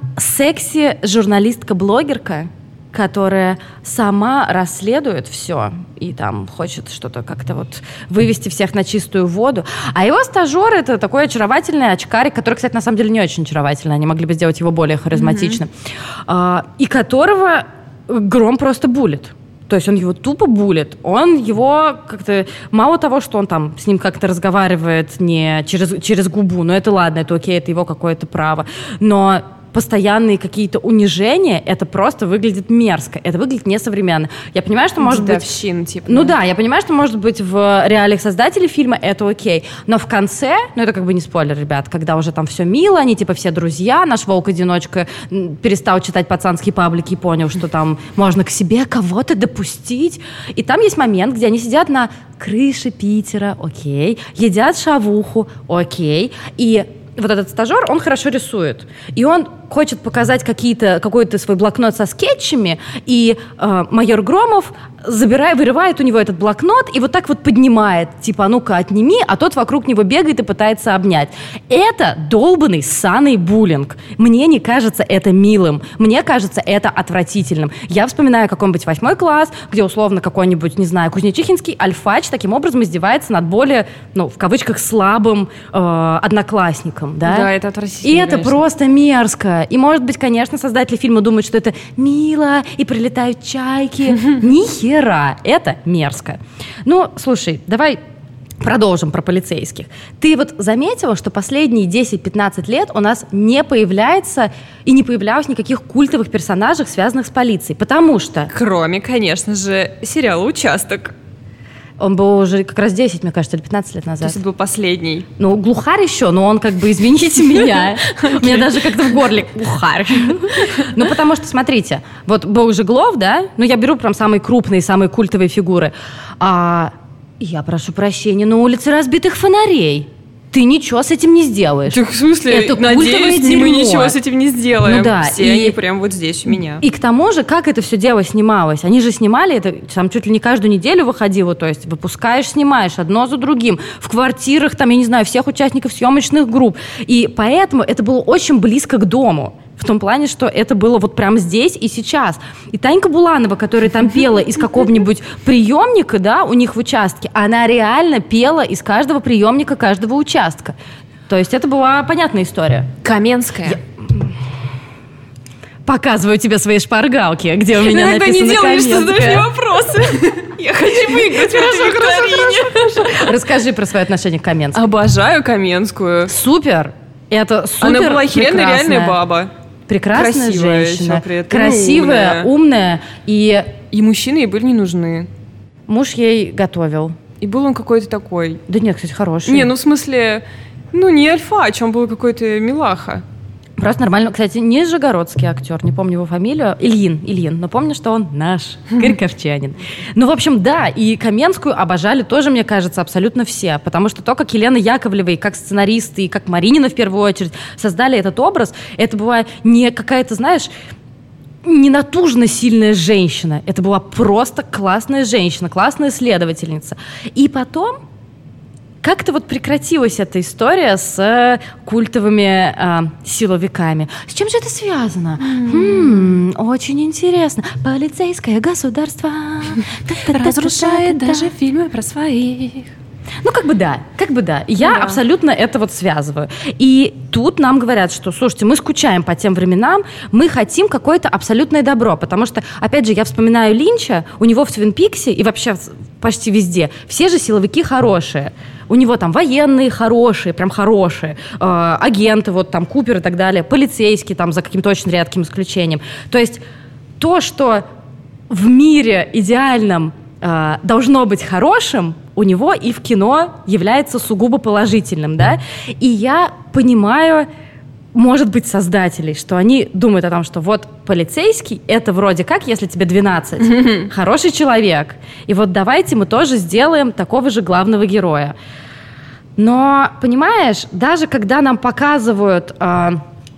секси-журналистка-блогерка, которая сама расследует все и там хочет что-то как-то вот вывести всех на чистую воду. А его стажер — это такой очаровательный очкарик, который, кстати, на самом деле не очень очаровательный, они могли бы сделать его более харизматичным, mm-hmm. а, и которого Гром просто булит. То есть он его тупо булит. Он его как-то... Мало того, что он там с ним как-то разговаривает не через, через губу, но это ладно, это окей, это его какое-то право. Но постоянные какие-то унижения, это просто выглядит мерзко. Это выглядит несовременно. Я понимаю, что может Дедовщина, быть... типа. Ну да, я понимаю, что может быть в реалиях создателей фильма это окей. Но в конце, ну это как бы не спойлер, ребят, когда уже там все мило, они типа все друзья, наш волк-одиночка перестал читать пацанские паблики и понял, что там можно к себе кого-то допустить. И там есть момент, где они сидят на крыше Питера, окей, едят шавуху, окей, и вот этот стажер, он хорошо рисует. И он хочет показать какие-то, какой-то свой блокнот со скетчами, и э, майор Громов забирает, вырывает у него этот блокнот и вот так вот поднимает, типа, а ну-ка, отними, а тот вокруг него бегает и пытается обнять. Это долбанный ссаный буллинг. Мне не кажется это милым. Мне кажется это отвратительным. Я вспоминаю какой-нибудь восьмой класс, где условно какой-нибудь, не знаю, Кузнечихинский альфач таким образом издевается над более, ну, в кавычках, слабым э, одноклассником. Да? Да, это отвратительно. И это конечно. просто мерзко. И, может быть, конечно, создатели фильма думают, что это мило, и прилетают чайки. Ни хера, это мерзко. Ну, слушай, давай продолжим про полицейских. Ты вот заметила, что последние десять-пятнадцать лет у нас не появляется и не появлялось никаких культовых персонажей, связанных с полицией? Потому что... Кроме, конечно же, сериала «Участок». Он был уже как раз десять, мне кажется, или пятнадцать лет назад. То есть это был последний. Ну, глухарь еще, но он как бы, извините меня, у меня даже как-то в горле глухарь. Ну, потому что, смотрите, вот был Жеглов, да, ну, я беру прям самые крупные, самые культовые фигуры. А я прошу прощения, на улице разбитых фонарей. Ты ничего с этим не сделаешь. Так, в смысле, это надеюсь, дерьмо. мы ничего с этим не сделаем. Ну, да, Все и, они прям вот здесь у меня. И к тому же, как это все дело снималось? Они же снимали это, там чуть ли не каждую неделю выходило, то есть выпускаешь, снимаешь одно за другим, в квартирах, там, я не знаю, всех участников съемочных групп. И поэтому это было очень близко к дому. В том плане, что это было вот прямо здесь и сейчас. И Танька Буланова, которая там пела из какого-нибудь приемника, да, у них в участке, она реально пела из каждого приемника каждого участка. То есть это была понятная история. Каменская. Я... Показываю тебе свои шпаргалки, где у меня Иногда написано не делаешь, что Каменская. задаешь мне вопросы. Я хочу выиграть в этой викторине. Расскажи про свое отношение к Каменской. Обожаю Каменскую. Супер. Это супер. Она была охеренная реальная баба. Прекрасная Красивая женщина. еще при этом. Красивая, умная. умная. И И мужчины ей были не нужны. муж ей готовил. И был он какой-то такой. Да нет, кстати, хороший. Не, ну в смысле, ну не альфач, он был какой-то милаха. Просто нормально. Кстати, нижегородский актер, не помню его фамилию. Ильин, Ильин. Но помню, что он наш, харьковчанин. Ну, в общем, да, и Каменскую обожали тоже, мне кажется, абсолютно все. Потому что то, как Елена Яковлева, и как сценаристы, и как Маринина в первую очередь создали этот образ, это была не какая-то, знаешь, не натужно сильная женщина. Это была просто классная женщина, классная следовательница. И потом... Как-то вот прекратилась эта история с культовыми э, силовиками. С чем же это связано? Mm. М-м, очень интересно. Полицейское государство разрушает даже фильмы про своих. Ну, как бы да, как бы да. Я да. абсолютно это вот связываю. И тут нам говорят, что, слушайте, мы скучаем по тем временам, мы хотим какое-то абсолютное добро, потому что, опять же, я вспоминаю Линча, у него в «Твин Пиксе» и вообще почти везде все же силовики хорошие. У него там военные хорошие, прям хорошие, э, агенты, вот там Купер и так далее, полицейские там за каким-то очень редким исключением. То есть то, что в мире идеальном э, должно быть хорошим, у него и в кино является сугубо положительным, да? И я понимаю, может быть, создателей, что они думают о том, что вот полицейский — это вроде как, если тебе двенадцать, mm-hmm. хороший человек. И вот давайте мы тоже сделаем такого же главного героя. Но, понимаешь, даже когда нам показывают э,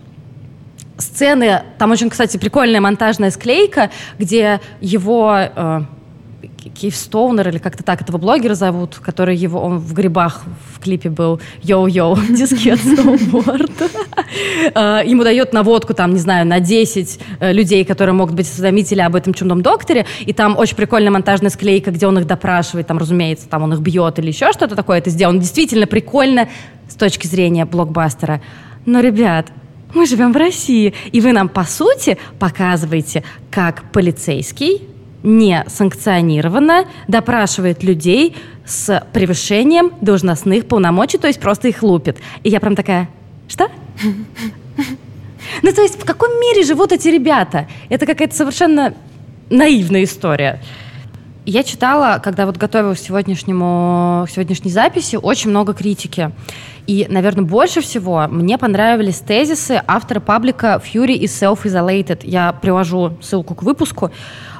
сцены, там очень, кстати, прикольная монтажная склейка, где его... Э, Кейв Стоунер, или как-то так этого блогера зовут, который его, он в грибах в клипе был, йоу-йоу, дискет, сноуборд. Ему дает наводку, там, не знаю, на десять людей, которые могут быть осведомители об этом чумном докторе, и там очень прикольная монтажная склейка, где он их допрашивает, там, разумеется, там он их бьет или еще что-то такое, это сделано действительно прикольно с точки зрения блокбастера. Но, ребят, мы живем в России, и вы нам, по сути, показываете, как полицейский не санкционированно допрашивает людей с превышением должностных полномочий, то есть просто их лупит. И я прям такая, что? Ну, то есть в каком мире живут эти ребята? Это какая-то совершенно наивная история. Я читала, когда вот готовилась к сегодняшнему, к сегодняшней записи, очень много критики. И, наверное, больше всего мне понравились тезисы автора паблика Fury is Self-Isolated. Я привожу ссылку к выпуску.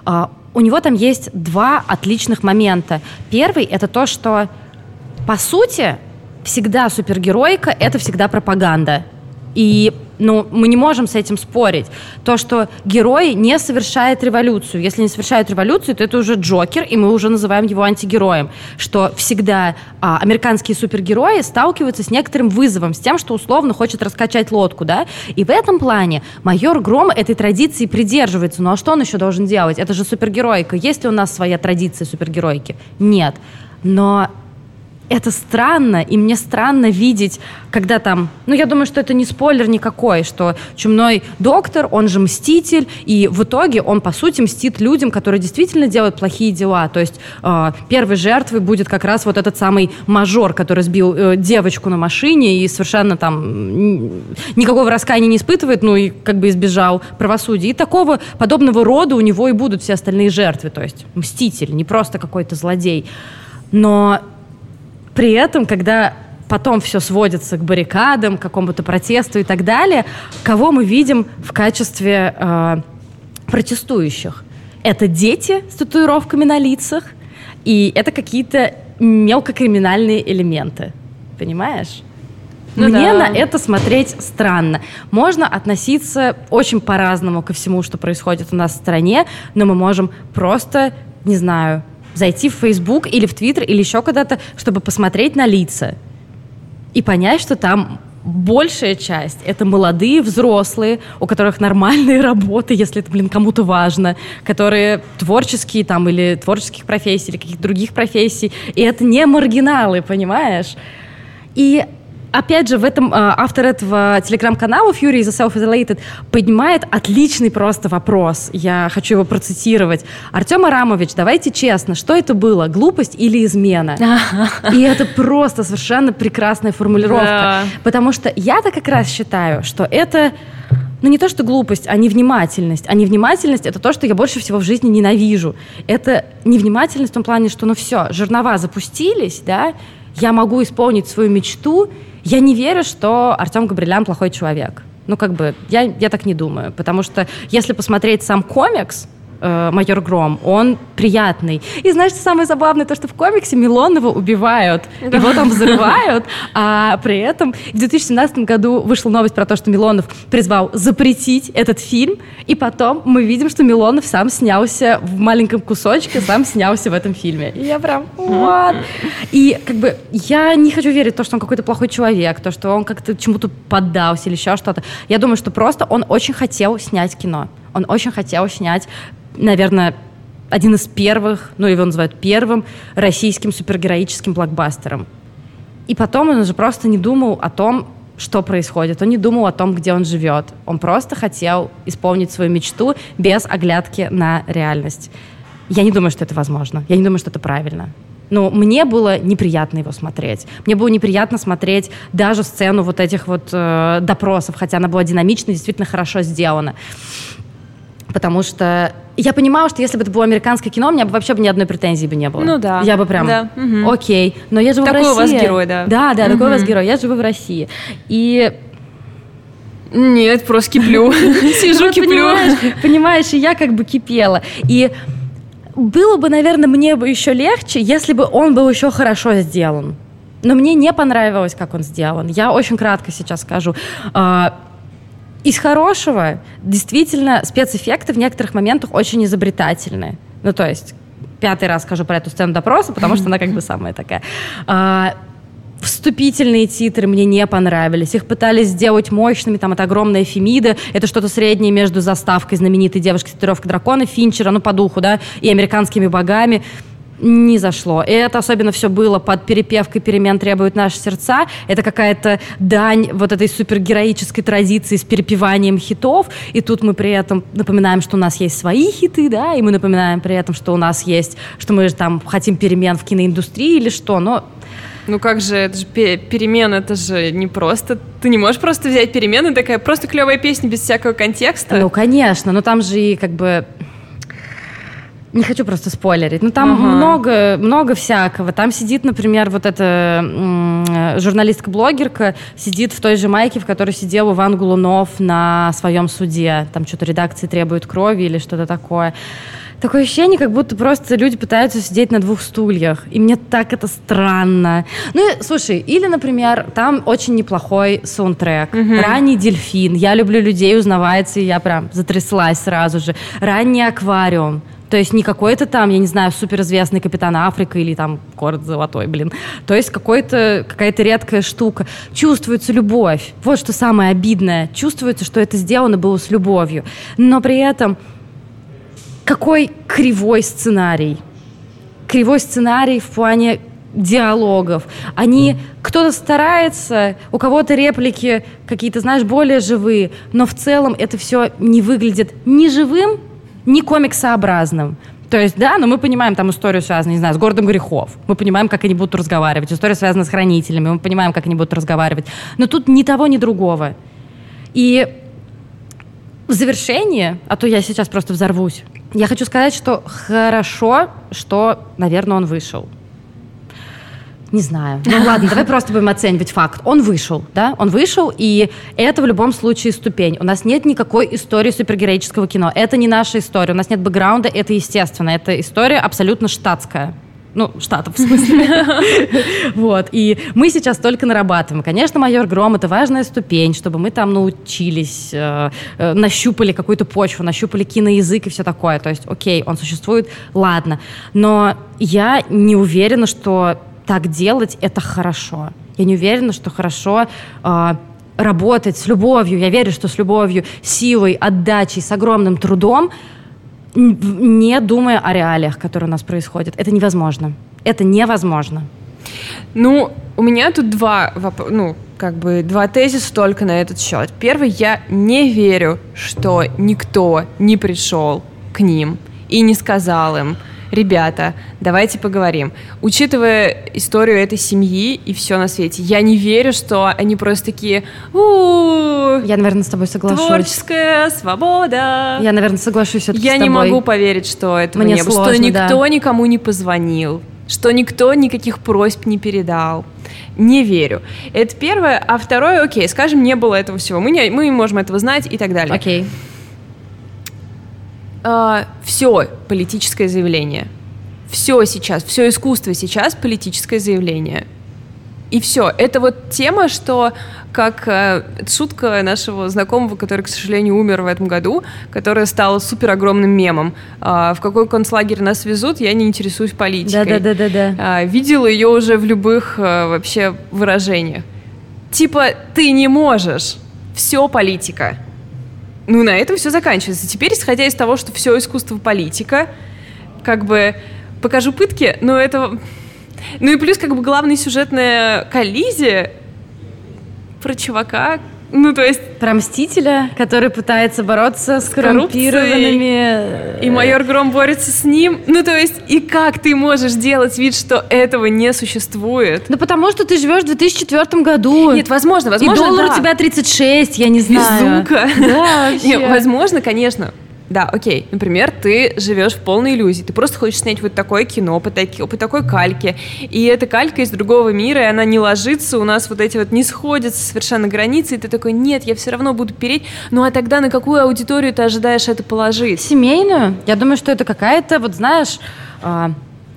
У него там есть два отличных момента. Первый — это то, что, по сути, всегда супергеройка — это всегда пропаганда. И, ну, мы не можем с этим спорить. То, что герой не совершает революцию. Если не совершает революцию, то это уже Джокер, и мы уже называем его антигероем. Что всегда а, американские супергерои сталкиваются с некоторым вызовом, с тем, что условно хочет раскачать лодку, да? И в этом плане майор Гром этой традиции придерживается. Ну а что он еще должен делать? Это же супергеройка. Есть ли у нас своя традиция супергеройки? Нет. Но... это странно, и мне странно видеть, когда там... Ну, я думаю, что это не спойлер никакой, что чумной доктор, он же мститель, и в итоге он, по сути, мстит людям, которые действительно делают плохие дела. То есть э, первой жертвой будет как раз вот этот самый мажор, который сбил э, девочку на машине и совершенно там никакого раскаяния не испытывает, ну, и как бы избежал правосудия. И такого подобного рода у него и будут все остальные жертвы. То есть мститель, не просто какой-то злодей. Но... при этом, когда потом все сводится к баррикадам, к какому-то протесту и так далее, кого мы видим в качестве э, протестующих? Это дети с татуировками на лицах, и это какие-то мелкокриминальные элементы. Понимаешь? Ну, Мне да. на это смотреть странно. Можно относиться очень по-разному ко всему, что происходит у нас в стране, но мы можем просто, не знаю... зайти в Facebook или в Twitter или еще куда-то, чтобы посмотреть на лица и понять, что там большая часть — это молодые взрослые, у которых нормальные работы, если это, блин, кому-то важно, которые творческие там или творческих профессий или каких-то других профессий, и это не маргиналы, понимаешь? И опять же, в этом э, автор этого телеграм-канала Fury is Self-Isolated поднимает отличный просто вопрос. Я хочу его процитировать. Артем Арамович, давайте честно, что это было, глупость или измена? И это просто совершенно прекрасная формулировка. Да. Потому что я-то как раз считаю, что это... Ну, не то, что глупость, а невнимательность. А невнимательность — это то, что я больше всего в жизни ненавижу. Это невнимательность в том плане, что, ну все, жернова запустились, да, я могу исполнить свою мечту. Я не верю, что Артем Габриэлян плохой человек. Ну, как бы, я, я так не думаю. Потому что, если посмотреть сам комикс, э, «Майор Гром», он приятный. И знаешь, что самое забавное? То, что в комиксе Милонова убивают, да. Его там взрывают, а при этом в две тысячи семнадцатом году вышла новость про то, что Милонов призвал запретить этот фильм, и потом мы видим, что Милонов сам снялся в маленьком кусочке, сам снялся в этом фильме. И я прям, вот. И как бы я не хочу верить в то, что он какой-то плохой человек, то, что он как-то чему-то поддался или еще что-то. Я думаю, что просто он очень хотел снять кино. Он очень хотел снять, наверное, один из первых, ну его называют первым российским супергероическим блокбастером. И потом он уже просто не думал о том, что происходит. Он не думал о том, где он живет. Он просто хотел исполнить свою мечту без оглядки на реальность. Я не думаю, что это возможно. Я не думаю, что это правильно. Но мне было неприятно его смотреть. Мне было неприятно смотреть даже сцену вот этих вот э, допросов, хотя она была динамична, действительно хорошо сделана. Потому что я понимала, что если бы это было американское кино, у меня бы вообще бы ни одной претензии бы не было. Ну да. Я бы прям, да. Угу. окей. Но я живу такой в России. Такой у вас герой, да. Да, да, угу. такой у вас герой. Я живу в России. И... Нет, просто киплю. Сижу, киплю. Понимаешь, и я как бы кипела. И было бы, наверное, мне бы еще легче, если бы он был еще хорошо сделан. Но мне не понравилось, как он сделан. Я очень кратко сейчас скажу. Из хорошего, действительно, спецэффекты в некоторых моментах очень изобретательны. Ну, то есть, пятый раз скажу про эту сцену допроса, потому что она как бы самая такая. А, вступительные титры мне не понравились. Их пытались сделать мощными, там, это огромная Фемида, это что-то среднее между заставкой знаменитой девушки с татуировкой дракона, Финчера, ну, по духу, да, и американскими богами. Не зашло. И это особенно все было под перепевкой «Перемен требуют наши сердца». Это какая-то дань вот этой супергероической традиции с перепеванием хитов. И тут мы при этом напоминаем, что у нас есть свои хиты, да, и мы напоминаем при этом, что у нас есть, что мы там хотим перемен в киноиндустрии или что, но... Ну как же, это же перемен, это же не просто... Ты не можешь просто взять перемены, такая просто клевая песня без всякого контекста. Ну, конечно, но там же и как бы... Не хочу просто спойлерить. Ну, там ага. много, много всякого. Там сидит, например, вот эта м- журналистка-блогерка, сидит в той же майке, в которой сидел Иван Голунов на своем суде. Там что-то редакции требует крови или что-то такое. Такое ощущение, как будто просто люди пытаются сидеть на двух стульях. И мне так это странно. Ну, и, слушай, или, например, там очень неплохой саундтрек. Угу. «Ранний дельфин». Я люблю людей, узнавается, и я прям затряслась сразу же. «Ранний аквариум». То есть не какой-то там, я не знаю, суперизвестный Капитан Африка или там Город Золотой, блин. То есть какой-то, какая-то редкая штука. Чувствуется любовь. Вот что самое обидное. Чувствуется, что это сделано было с любовью. Но при этом какой кривой сценарий. Кривой сценарий в плане диалогов. Они, кто-то старается, у кого-то реплики какие-то, знаешь, более живые, но в целом это все не выглядит ни живым, не комиксообразным. То есть, да, но мы понимаем там историю, связанную, не знаю, с городом грехов. Мы понимаем, как они будут разговаривать. История связана с хранителями. Мы понимаем, как они будут разговаривать. Но тут ни того, ни другого. И в завершение, а то я сейчас просто взорвусь, я хочу сказать, что хорошо, что, наверное, он вышел. Не знаю. Ну ладно, давай просто будем оценивать факт. Он вышел, да? Он вышел, и это в любом случае ступень. У нас нет никакой истории супергероического кино. Это не наша история. У нас нет бэкграунда, это естественно. Это история абсолютно штатская. Ну, штатов, в смысле. Вот. И мы сейчас только нарабатываем. Конечно, «Майор Гром» — это важная ступень, чтобы мы там научились, нащупали какую-то почву, нащупали киноязык и все такое. То есть, окей, он существует, ладно. Но я не уверена, что так делать — это хорошо. Я не уверена, что хорошо э, работать с любовью. Я верю, что с любовью, силой, отдачей, с огромным трудом, не думая о реалиях, которые у нас происходят. Это невозможно. Это невозможно. Ну, у меня тут два, ну, как бы два тезиса только на этот счет. Первый, я не верю, что никто не пришел к ним и не сказал им: ребята, давайте поговорим. Учитывая историю этой семьи и все на свете, я не верю, что они просто такие: у-у-у, я, наверное, с тобой соглашусь. Творческая свобода. Я, наверное, соглашусь все-таки я с тобой. Я не могу поверить, что этого Мне не было. сложно, что никто да. никому не позвонил, что никто никаких просьб не передал. Не верю. Это первое. А второе, окей, скажем, не было этого всего. Мы не, мы можем этого знать и так далее. Окей. Uh, все политическое заявление. Все сейчас, все искусство сейчас политическое заявление. И все. Это вот тема, что как uh, шутка нашего знакомого, который, к сожалению, умер в этом году, которая стала супер огромным мемом. Uh, в какой концлагерь нас везут, я не интересуюсь политикой. Да-да-да-да. Uh, видела ее уже в любых uh, вообще выражениях. Типа, ты не можешь. Все политика. Ну, на этом все заканчивается. Теперь, исходя из того, что все искусство политика, как бы покажу пытки, но это... Ну и плюс как бы главная сюжетная коллизия про чувака, ну то есть... Про Мстителя, который пытается бороться с, с коррумпированными... И майор Гром борется с ним. Ну то есть, и как ты можешь делать вид, что этого не существует? Ну потому что ты живешь в две тысячи четвёртом году. Нет, возможно, возможно, и доллар да. у тебя тридцать шесть, я не знаю. Безумка. Да, вообще. Нет, возможно, конечно. Да, окей. Например, ты живешь в полной иллюзии. Ты просто хочешь снять вот такое кино по, таки, по такой кальке. И эта калька из другого мира, и она не ложится, у нас вот эти вот не сходятся совершенно границы, и ты такой, нет, я все равно буду переть. Ну а тогда на какую аудиторию ты ожидаешь это положить? Семейную? Я думаю, что это какая-то, вот знаешь, а,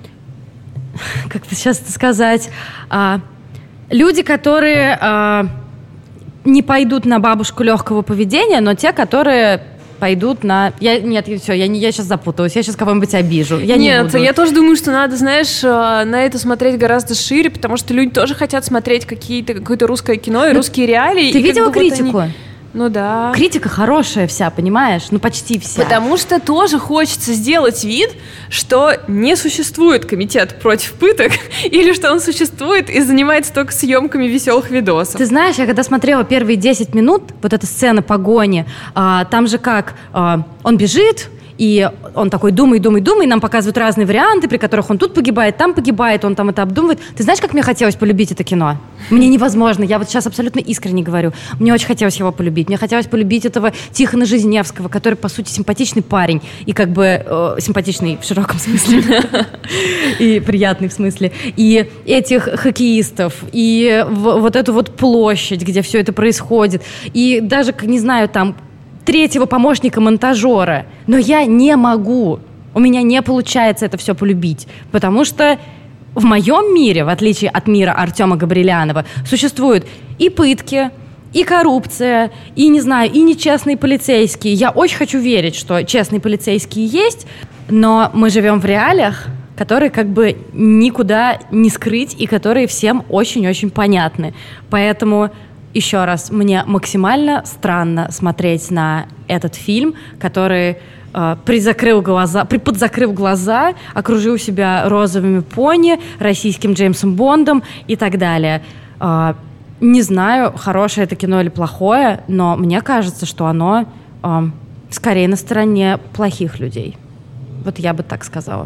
как это сейчас сказать, а, люди, которые а, не пойдут на бабушку легкого поведения, но те, которые... пойдут на... Я... Нет, все, я, не... я сейчас запуталась, я сейчас кого-нибудь обижу. Я Нет, не буду. Я тоже думаю, что надо, знаешь, на это смотреть гораздо шире, потому что люди тоже хотят смотреть какие-то, какое-то русское кино и ну, русские реалии. Ты видела критику? Они... Ну да. Критика хорошая вся, понимаешь? Ну почти вся. Потому что тоже хочется сделать вид, что не существует комитет против пыток, или что он существует и занимается только съемками веселых видосов. Ты знаешь, я когда смотрела первые десять минут, вот эта сцена погони, а, там же как, а, он бежит, и он такой думай, думай, думай, нам показывают разные варианты, при которых он тут погибает, там погибает, он там это обдумывает. Ты знаешь, как мне хотелось полюбить это кино? Мне невозможно, я вот сейчас абсолютно искренне говорю. Мне очень хотелось его полюбить. Мне хотелось полюбить этого Тихона Жизневского, который, по сути, симпатичный парень. И как бы э, симпатичный в широком смысле. И приятный в смысле. И этих хоккеистов, и вот эту вот площадь, где все это происходит. И даже, не знаю, там... третьего помощника монтажера. Но я не могу. У меня не получается это все полюбить. Потому что в моем мире, в отличие от мира Артема Габрилянова, существуют и пытки, и коррупция, и, не знаю, и нечестные полицейские. Я очень хочу верить, что честные полицейские есть, но мы живем в реалиях, которые как бы никуда не скрыть и которые всем очень-очень понятны. Поэтому... Еще раз, мне максимально странно смотреть на этот фильм, который э, призакрыл глаза, приподзакрыв глаза, окружил себя розовыми пони, российским Джеймсом Бондом и так далее. Э, не знаю, хорошее это кино или плохое, но мне кажется, что оно э, скорее на стороне плохих людей. Вот я бы так сказала.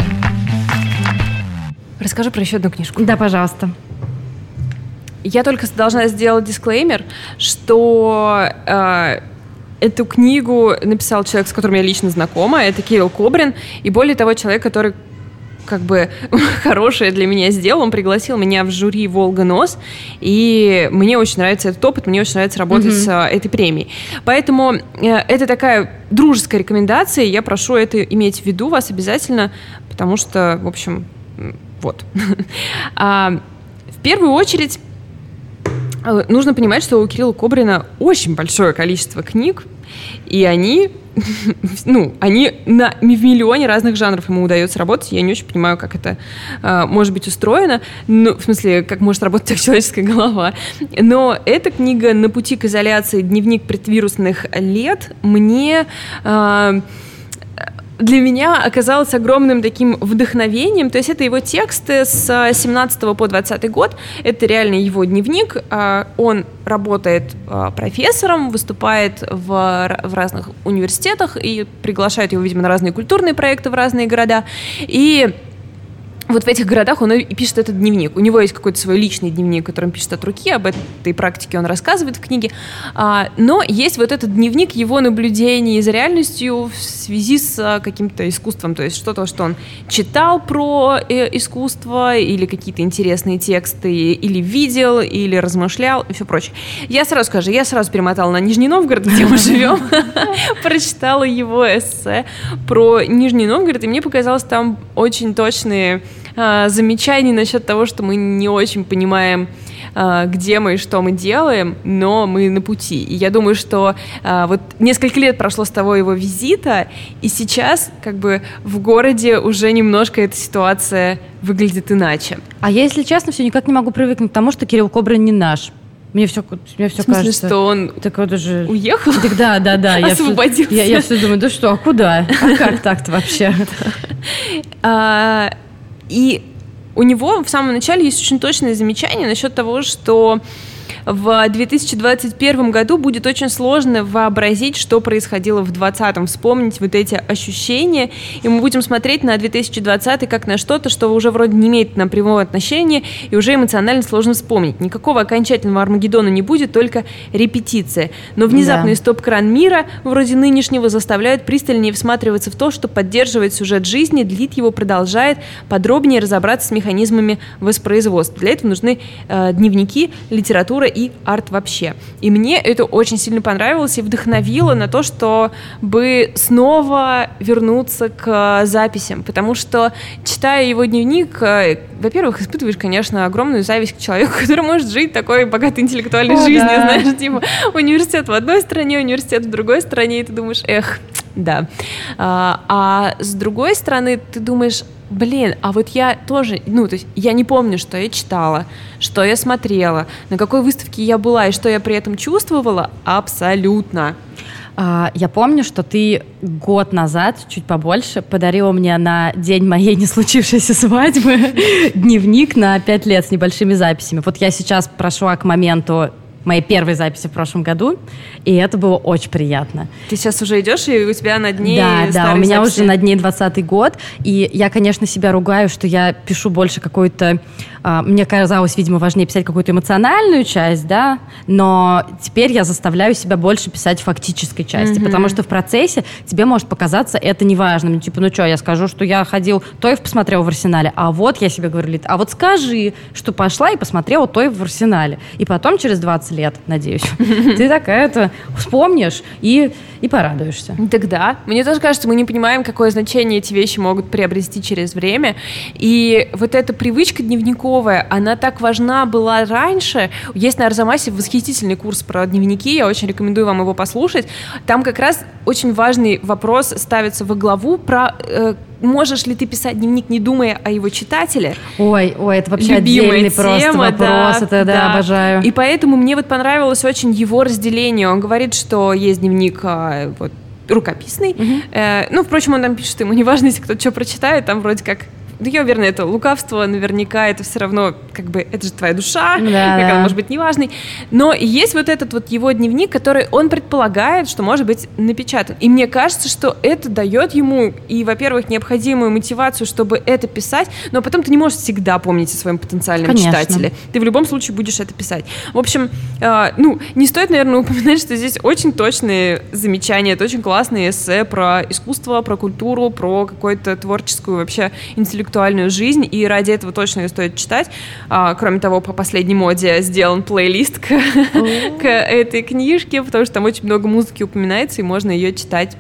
Расскажи про еще одну книжку. Да, пожалуйста. Я только должна сделать дисклеймер, что э, эту книгу написал человек, с которым я лично знакома, это Кирилл Кобрин, и более того, человек, который как бы хорошее для меня сделал, он пригласил меня в жюри «Волга-Нос», и мне очень нравится этот опыт, мне очень нравится работать mm-hmm. с этой премией. Поэтому э, это такая дружеская рекомендация, я прошу это иметь в виду вас обязательно, потому что, в общем, вот. а, в первую очередь нужно понимать, что у Кирилла Кобрина очень большое количество книг, и они, ну, они на, в миллионе разных жанров ему удается работать. Я не очень понимаю, как это э, может быть устроено, ну, в смысле, как может работать так человеческая голова. Но эта книга «На пути к изоляции. Дневник предвирусных лет» мне... Э, для меня оказалось огромным таким вдохновением. То есть это его тексты с семнадцатого по двадцатый год. Это реально его дневник. Он работает профессором, выступает в, в разных университетах и приглашают его, видимо, на разные культурные проекты в разные города. И вот в этих городах он и пишет этот дневник. У него есть какой-то свой личный дневник, который он пишет от руки, об этой практике он рассказывает в книге. Но есть вот этот дневник его наблюдений за реальностью в связи с каким-то искусством. То есть что-то, что он читал про искусство, или какие-то интересные тексты, или видел, или размышлял, и все прочее. Я сразу скажу, я сразу перемотала на Нижний Новгород, где мы живем, прочитала его эссе про Нижний Новгород, и мне показалось там очень точные замечаний насчет того, что мы не очень понимаем, где мы и что мы делаем, но мы на пути. И я думаю, что вот несколько лет прошло с того его визита, и сейчас как бы в городе уже немножко эта ситуация выглядит иначе. А я, если честно, все никак не могу привыкнуть к тому, что Кирилл Кобрин не наш. Мне все, мне все в смысле, кажется... что он так вот уже... уехал? Так, да, да, да. Освободился? Я, я, я все думаю, да что, а куда? А как так-то вообще? И у него в самом начале есть очень точное замечание насчет того, что в две тысячи двадцать первом году будет очень сложно вообразить, что происходило в двадцатом, вспомнить вот эти ощущения, и мы будем смотреть на две тысячи двадцатый как на что-то, что уже вроде не имеет нам прямого отношения, и уже эмоционально сложно вспомнить. Никакого окончательного Армагеддона не будет, только репетиция. Но внезапный да. стоп-кран мира, вроде нынешнего, заставляет пристальнее всматриваться в то, что поддерживает сюжет жизни, длит его, продолжает, подробнее разобраться с механизмами воспроизводства. Для этого нужны э, дневники, литература и арт вообще. И мне это очень сильно понравилось и вдохновило на то, чтобы снова вернуться к записям, потому что, читая его дневник, во-первых, испытываешь, конечно, огромную зависть к человеку, который может жить такой богатой интеллектуальной О, жизнью, да. знаешь, типа университет в одной стране, университет в другой стране, и ты думаешь, эх, да. А, а с другой стороны, ты думаешь, блин, а вот я тоже, ну, то есть я не помню, что я читала, что я смотрела, на какой выставке я была и что я при этом чувствовала, абсолютно. А, я помню, что ты год назад, чуть побольше, подарила мне на день моей не случившейся свадьбы дневник на пять лет с небольшими записями. Вот я сейчас прошла к моменту моей первой записи в прошлом году, и это было очень приятно. Ты сейчас уже идешь, и у тебя на дне Да, да, у меня записи. уже на дне двадцатый год, и я, конечно, себя ругаю, что я пишу больше какой-то... А, мне казалось, видимо, важнее писать какую-то эмоциональную часть, да, но теперь я заставляю себя больше писать фактической части, mm-hmm. потому что в процессе тебе может показаться это неважным. Типа, ну что, я скажу, что я ходил, Тоев посмотрел в Арсенале, а вот я себе говорю, а вот скажи, что пошла и посмотрела Тоев в Арсенале. И потом через двадцать лет, надеюсь, ты такая-то вспомнишь и, и порадуешься. Тогда. Мне тоже кажется, мы не понимаем, какое значение эти вещи могут приобрести через время. И вот эта привычка дневниковая, она так важна была раньше. Есть на Арзамасе восхитительный курс про дневники, я очень рекомендую вам его послушать. Там как раз очень важный вопрос ставится во главу про... Э, можешь ли ты писать дневник, не думая о его читателе? Ой, ой, это вообще любимая отдельный тема, просто вопрос, да, это да, да, обожаю. И поэтому мне вот понравилось очень его разделение. Он говорит, что есть дневник а, вот, рукописный. Uh-huh. Э, ну, впрочем, он там пишет, ему не важно, если кто-то что прочитает, там вроде как... Ну, я уверена, это лукавство, наверняка это все равно, как бы, это же твоя душа, да, как да. она может быть неважной. Но есть вот этот вот его дневник, который он предполагает, что может быть напечатан. И мне кажется, что это дает ему и, во-первых, необходимую мотивацию, чтобы это писать, но потом ты не можешь всегда помнить о своем потенциальном Конечно. читателе. Ты в любом случае будешь это писать. В общем, э, ну, не стоит, наверное, упоминать, что здесь очень точные замечания, это очень классные эссе про искусство, про культуру, про какую-то творческую вообще интеллектуальную жизнь, и ради этого точно ее стоит читать. А, кроме того, по последней моде сделан плейлист к, к этой книжке, потому что там очень много музыки упоминается, и можно ее читать,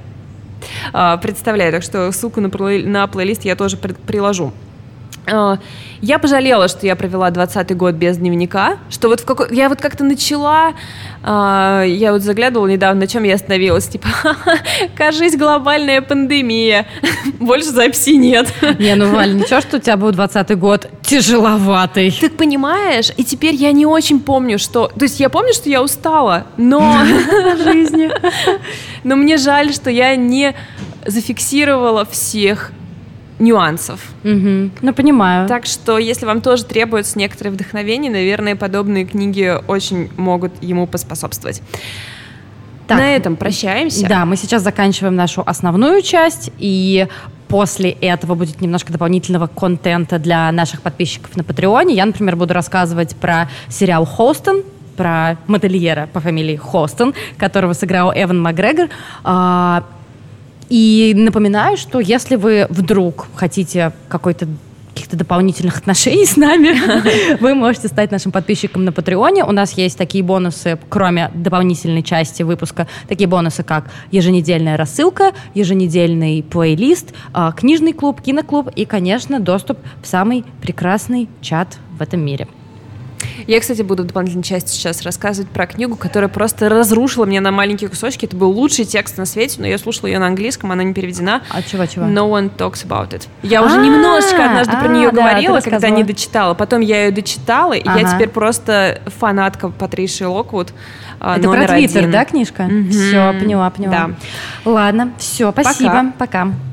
а, представляю. Так что ссылку на, плей, на плейлист я тоже при, приложу. А, я пожалела, что я провела двадцатый год без дневника, что вот в какой... я вот как-то начала, а, я вот заглядывала недавно, на чем я остановилась, типа, кажись, глобальная пандемия, больше записей нет. Не, ну, Валь, ничего, что у тебя был двадцатый год тяжеловатый. Ты понимаешь, и теперь я не очень помню, что... То есть я помню, что я устала, но... жизни. Но мне жаль, что я не зафиксировала всех нюансов. Угу. Ну, понимаю. Так что, если вам тоже требуется некоторое вдохновение, наверное, подобные книги очень могут ему поспособствовать. Так, на этом прощаемся. Да, мы сейчас заканчиваем нашу основную часть, и после этого будет немножко дополнительного контента для наших подписчиков на Патреоне. Я, например, буду рассказывать про сериал «Холстон», про модельера по фамилии Холстон, которого сыграл Эван Макгрегор. И напоминаю, что если вы вдруг хотите какой-то каких-то дополнительных отношений с нами, вы можете стать нашим подписчиком на Патреоне. У нас есть такие бонусы, кроме дополнительной части выпуска, такие бонусы, как еженедельная рассылка, еженедельный плейлист, книжный клуб, киноклуб и, конечно, доступ в самый прекрасный чат в этом мире. Я, кстати, буду в дополнительной части сейчас рассказывать про книгу, которая просто разрушила меня на маленькие кусочки. Это был лучший текст на свете, но я слушала ее на английском, она не переведена. А чего, чего? No one talks about it. Я уже немножечко однажды про нее говорила, когда не дочитала. Потом я ее дочитала, и я теперь просто фанатка Патриши Локвуд. Это про Твиттер, да, книжка? Все, поняла, поняла. Ладно, все, спасибо, пока.